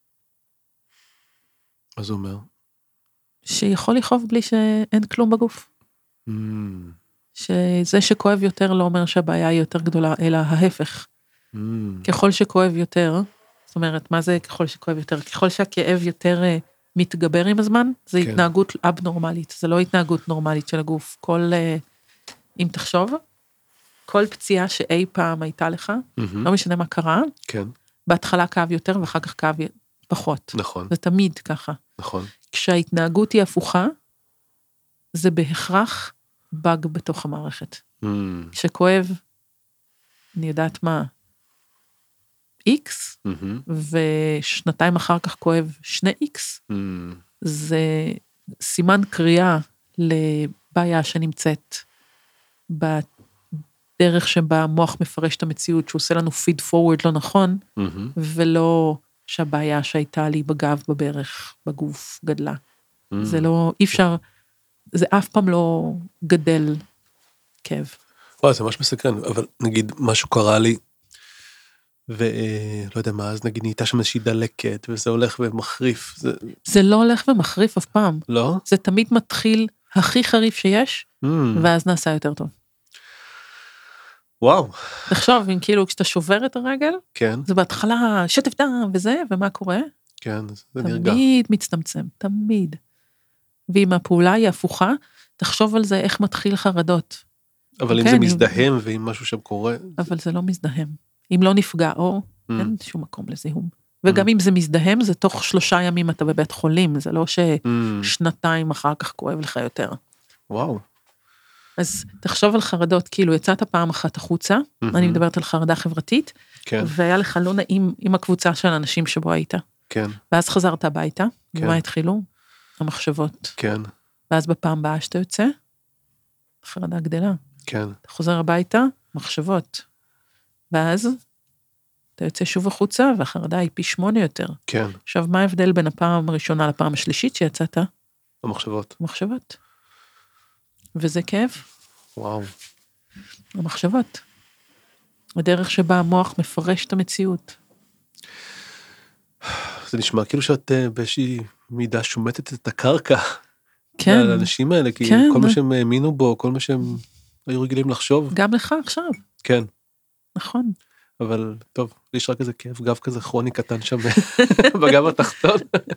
Speaker 1: מה זה אומר?
Speaker 2: שיכול לכאוב בלי שאין כלום בגוף. Mm. שזה שכואב יותר לא אומר שהבעיה היא יותר גדולה, אלא ההפך. Mm. ככל שכואב יותר, זאת אומרת, מה זה ככל שכואב יותר? ככל שהכאב יותר uh, מתגבר עם הזמן, זה כן. התנהגות אבנורמלית, זה לא התנהגות נורמלית של הגוף. כל, uh, אם תחשוב, כל פציעה שאי פעם הייתה לך, mm-hmm. לא משנה מה קרה,
Speaker 1: כן.
Speaker 2: בהתחלה כאב יותר ואחר כך כאב פחות.
Speaker 1: נכון.
Speaker 2: זה תמיד ככה.
Speaker 1: נכון.
Speaker 2: כשההתנהגות היא הפוכה, זה בהכרח בג בתוך המערכת. Mm. כשכואב, אני יודעת מה, X, mm-hmm. ושנתיים אחר כך כואב שני X, mm. זה סימן קריאה לבעיה שנמצאת בת, דרך שבה המוח מפרש את המציאות, שהוא עושה לנו פיד פורוורד לא נכון, mm-hmm. ולא שהבעיה שהייתה לי בגב, בברך, בגוף, גדלה. Mm-hmm. זה לא, אי אפשר, זה אף פעם לא גדל כאב.
Speaker 1: וואי, זה ממש מסקרן, אבל נגיד משהו קרה לי, ולא יודע מה, אז נגיד נהייתה שם איזושהי דלקת, וזה הולך ומחריף. זה...
Speaker 2: זה לא הולך ומחריף אף פעם.
Speaker 1: לא?
Speaker 2: זה תמיד מתחיל הכי חריף שיש, mm. ואז נעשה יותר טוב.
Speaker 1: וואו.
Speaker 2: תחשוב, אם כאילו כשאתה שובר את הרגל,
Speaker 1: כן.
Speaker 2: זה בהתחלה שטף דם וזה, ומה קורה?
Speaker 1: כן, זה נרגע.
Speaker 2: תמיד מצטמצם, תמיד. ואם הפעולה היא הפוכה, תחשוב על זה איך מתחיל חרדות.
Speaker 1: אבל אם זה מזדהם ואם משהו שם קורה...
Speaker 2: אבל זה לא מזדהם. אם לא נפגע אור, אין שום מקום לזיהום. וגם אם זה מזדהם, זה תוך שלושה ימים אתה בבית חולים, זה לא ששנתיים אחר כך כואב לך יותר.
Speaker 1: וואו.
Speaker 2: אז תחשוב על חרדות, כאילו יצאת פעם אחת החוצה, mm-hmm. אני מדברת על חרדה חברתית,
Speaker 1: כן.
Speaker 2: והיה לך לא נעים עם הקבוצה של האנשים שבו היית.
Speaker 1: כן.
Speaker 2: ואז חזרת הביתה, כן. ומה התחילו? המחשבות.
Speaker 1: כן.
Speaker 2: ואז בפעם הבאה שאתה יוצא, חרדה גדלה.
Speaker 1: כן.
Speaker 2: אתה חוזר הביתה, מחשבות. ואז אתה יוצא שוב החוצה, והחרדה היא פי שמונה יותר.
Speaker 1: כן.
Speaker 2: עכשיו, מה ההבדל בין הפעם הראשונה לפעם השלישית שיצאת?
Speaker 1: המחשבות.
Speaker 2: המחשבות. וזה כאב.
Speaker 1: וואו.
Speaker 2: המחשבות. הדרך שבה המוח מפרש את המציאות.
Speaker 1: זה נשמע כאילו שאת באיזושהי מידה שומטת את הקרקע.
Speaker 2: כן.
Speaker 1: לאנשים האלה, כי
Speaker 2: כן.
Speaker 1: כל מה שהם האמינו בו, כל מה שהם היו רגילים לחשוב.
Speaker 2: גם לך עכשיו.
Speaker 1: כן.
Speaker 2: נכון.
Speaker 1: אבל טוב, יש רק איזה כאב גב כזה כרוני קטן שם בגב התחתון.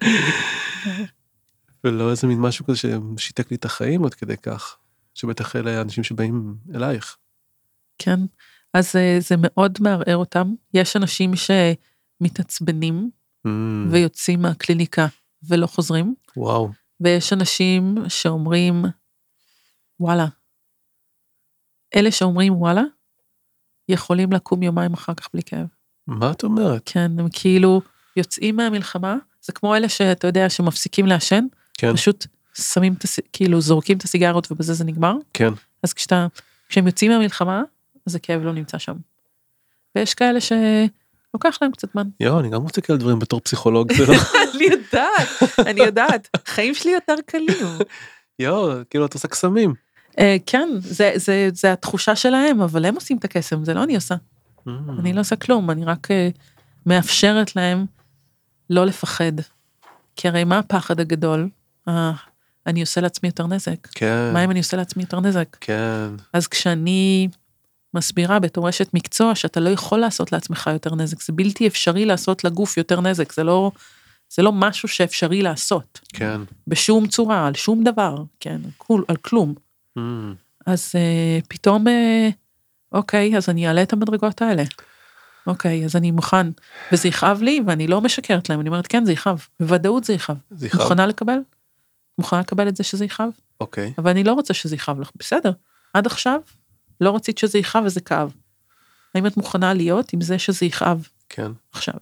Speaker 1: ולא איזה מין משהו כזה ששיתק לי את החיים עוד כדי כך, שבטח אלה האנשים שבאים אלייך.
Speaker 2: כן, אז זה מאוד מערער אותם. יש אנשים שמתעצבנים
Speaker 1: Mm.
Speaker 2: ויוצאים מהקליניקה ולא חוזרים.
Speaker 1: וואו.
Speaker 2: ויש אנשים שאומרים, וואלה, אלה שאומרים וואלה, יכולים לקום יומיים אחר כך בלי כאב.
Speaker 1: מה את אומרת?
Speaker 2: כן, הם כאילו יוצאים מהמלחמה, זה כמו אלה שאתה יודע שמפסיקים לעשן,
Speaker 1: כן.
Speaker 2: פשוט שמים, כאילו זורקים את הסיגרות ובזה זה נגמר.
Speaker 1: כן.
Speaker 2: אז כשאתה, כשהם יוצאים מהמלחמה, אז הכאב לא נמצא שם. ויש כאלה שלוקח להם קצת זמן.
Speaker 1: יו, אני גם רוצה כאלה דברים בתור פסיכולוג, זה לא...
Speaker 2: אני יודעת, אני יודעת, חיים שלי יותר קלים.
Speaker 1: יו, כאילו את עושה קסמים.
Speaker 2: כן, זה התחושה שלהם, אבל הם עושים את הקסם, זה לא אני עושה. אני לא עושה כלום, אני רק מאפשרת להם לא לפחד. כי הרי מה הפחד הגדול? אני עושה לעצמי יותר נזק.
Speaker 1: כן.
Speaker 2: מה אם אני עושה לעצמי יותר נזק?
Speaker 1: כן.
Speaker 2: אז כשאני מסבירה בתור אשת מקצוע, שאתה לא יכול לעשות לעצמך יותר נזק, זה בלתי אפשרי לעשות לגוף יותר נזק, זה לא, זה לא משהו שאפשרי לעשות.
Speaker 1: כן.
Speaker 2: בשום צורה, על שום דבר, כן, על כלום.
Speaker 1: Mm.
Speaker 2: אז uh, פתאום, uh, אוקיי, אז אני אעלה את המדרגות האלה. אוקיי, אז אני מוכן, וזה יכאב לי, ואני לא משקרת להם, אני אומרת, כן, זה יכאב, בוודאות זה יכאב.
Speaker 1: זה יכאב.
Speaker 2: מוכנה לקבל? מוכנה לקבל את זה שזה יכאב?
Speaker 1: אוקיי.
Speaker 2: אבל אני לא רוצה שזה יכאב לך, בסדר. עד עכשיו, לא רצית שזה יכאב וזה כאב. האם את מוכנה להיות עם זה שזה יכאב?
Speaker 1: כן.
Speaker 2: עכשיו.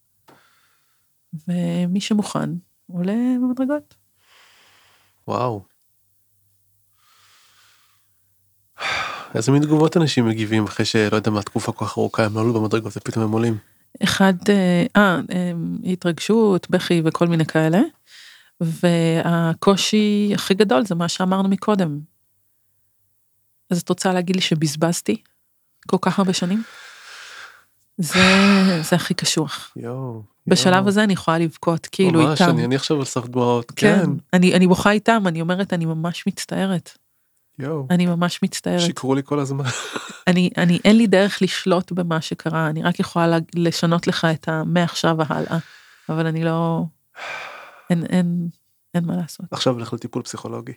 Speaker 2: ומי שמוכן, עולה במדרגות.
Speaker 1: וואו. איזה מין תגובות אנשים מגיבים אחרי שלא יודע מה, תקופה כל כך ארוכה, הם לא עלו במדרגות, ופתאום הם עולים.
Speaker 2: אחד, אה, התרגשות, בכי וכל מיני כאלה, והקושי הכי גדול זה מה שאמרנו מקודם. אז את רוצה להגיד לי שבזבזתי כל כך הרבה שנים? זה, זה הכי קשוח.
Speaker 1: יו,
Speaker 2: בשלב
Speaker 1: יו.
Speaker 2: הזה אני יכולה לבכות, כאילו
Speaker 1: ממש,
Speaker 2: איתם.
Speaker 1: אני, אני עכשיו על סף דמעות,
Speaker 2: כן.
Speaker 1: כן.
Speaker 2: אני, אני בוכה איתם, אני אומרת, אני ממש מצטערת.
Speaker 1: יו.
Speaker 2: אני ממש מצטערת.
Speaker 1: שיקרו לי כל הזמן.
Speaker 2: אני, אני, אין לי דרך לשלוט במה שקרה, אני רק יכולה לשנות לך את המעכשיו והלאה, אבל אני לא, אין, אין, אין מה לעשות.
Speaker 1: עכשיו הולך לטיפול פסיכולוגי.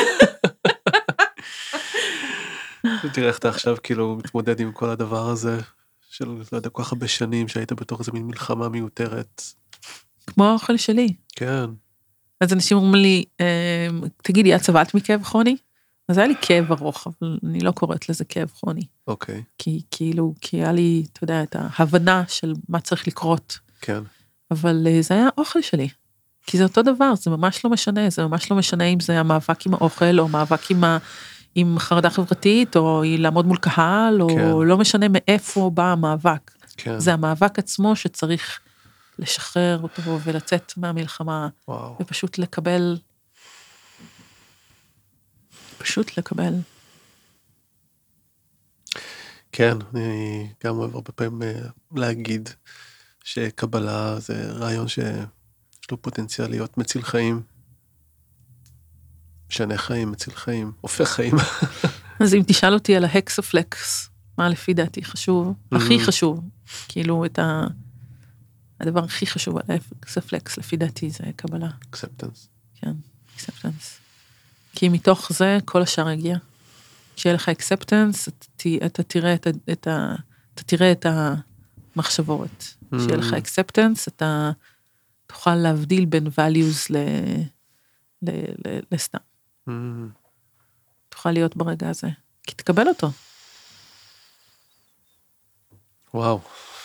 Speaker 1: תראה איך אתה עכשיו כאילו מתמודד עם כל הדבר הזה, של לא יודע, כל כך הרבה שנים שהיית בתוך איזה מין מלחמה מיותרת.
Speaker 2: כמו האוכל שלי.
Speaker 1: כן.
Speaker 2: אז אנשים אומרים לי, תגידי, את סבלת מכאב כרוני? אז היה לי כאב ארוך, אבל אני לא קוראת לזה כאב כרוני.
Speaker 1: אוקיי.
Speaker 2: כי כאילו, כי היה לי, אתה יודע, את ההבנה של מה צריך לקרות.
Speaker 1: כן.
Speaker 2: אבל זה היה האוכל שלי. כי זה אותו דבר, זה ממש לא משנה, זה ממש לא משנה אם זה המאבק עם האוכל, או מאבק עם, ה, עם חרדה חברתית, או לעמוד מול קהל, או
Speaker 1: כן.
Speaker 2: לא משנה מאיפה בא המאבק.
Speaker 1: כן.
Speaker 2: זה המאבק עצמו שצריך לשחרר אותו, ולצאת מהמלחמה,
Speaker 1: וואו.
Speaker 2: ופשוט לקבל, פשוט לקבל.
Speaker 1: כן, אני גם אוהב הרבה פעמים להגיד שקבלה זה רעיון שיש לו פוטנציאל להיות מציל חיים, משנה חיים, מציל חיים, הופך חיים.
Speaker 2: אז אם תשאל אותי על ההקסופלקס, מה לפי דעתי חשוב, הכי חשוב, כאילו את ה... הדבר הכי חשוב על ההקסופלקס, לפי דעתי זה קבלה.
Speaker 1: אקספטנס.
Speaker 2: כן, אקספטנס. כי מתוך זה כל השאר יגיע. כשיהיה לך אקספטנס, אתה תראה את, את, אתה תראה את המחשבות. כשיהיה לך אקספטנס, אתה תוכל להבדיל בין values ל, ל, ל, לסתם. תוכל להיות ברגע הזה. כי תקבל אותו.
Speaker 1: וואו.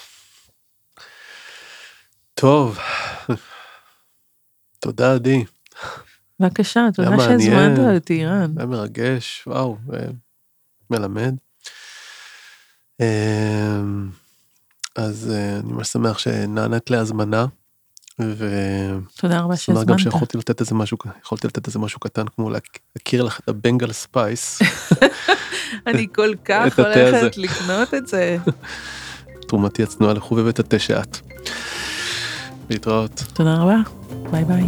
Speaker 1: טוב. תודה, עדי.
Speaker 2: בבקשה, תודה שהזמנת אותי, אירן.
Speaker 1: היה מרגש, וואו, מלמד. אז אני ממש שמח שנענית להזמנה,
Speaker 2: תודה רבה שהזמנת.
Speaker 1: גם שיכולתי לתת איזה משהו, יכולתי לתת איזה משהו קטן, כמו להכיר לך את הבנגל ספייס.
Speaker 2: אני כל כך הולכת לקנות את זה.
Speaker 1: תרומתי הצנועה לחובבת התה שאת. להתראות.
Speaker 2: תודה רבה, ביי ביי.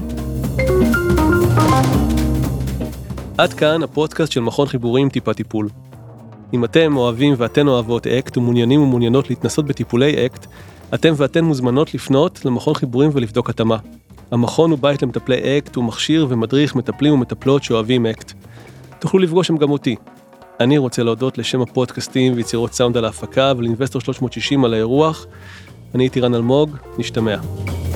Speaker 1: עד כאן הפודקאסט של מכון חיבורים טיפה טיפול. אם אתם אוהבים ואתן אוהבות אקט ומעוניינים ומעוניינות להתנסות בטיפולי אקט, אתם ואתן מוזמנות לפנות למכון חיבורים ולבדוק התאמה. המכון הוא בית למטפלי אקט, הוא מכשיר ומדריך מטפלים ומטפלות שאוהבים אקט. תוכלו לפגוש שם גם אותי. אני רוצה להודות לשם הפודקאסטים ויצירות סאונד על ההפקה ולאינבסטור שלוש מאות שישים על האירוח. אני הייתי רן אלמוג, נשתמע.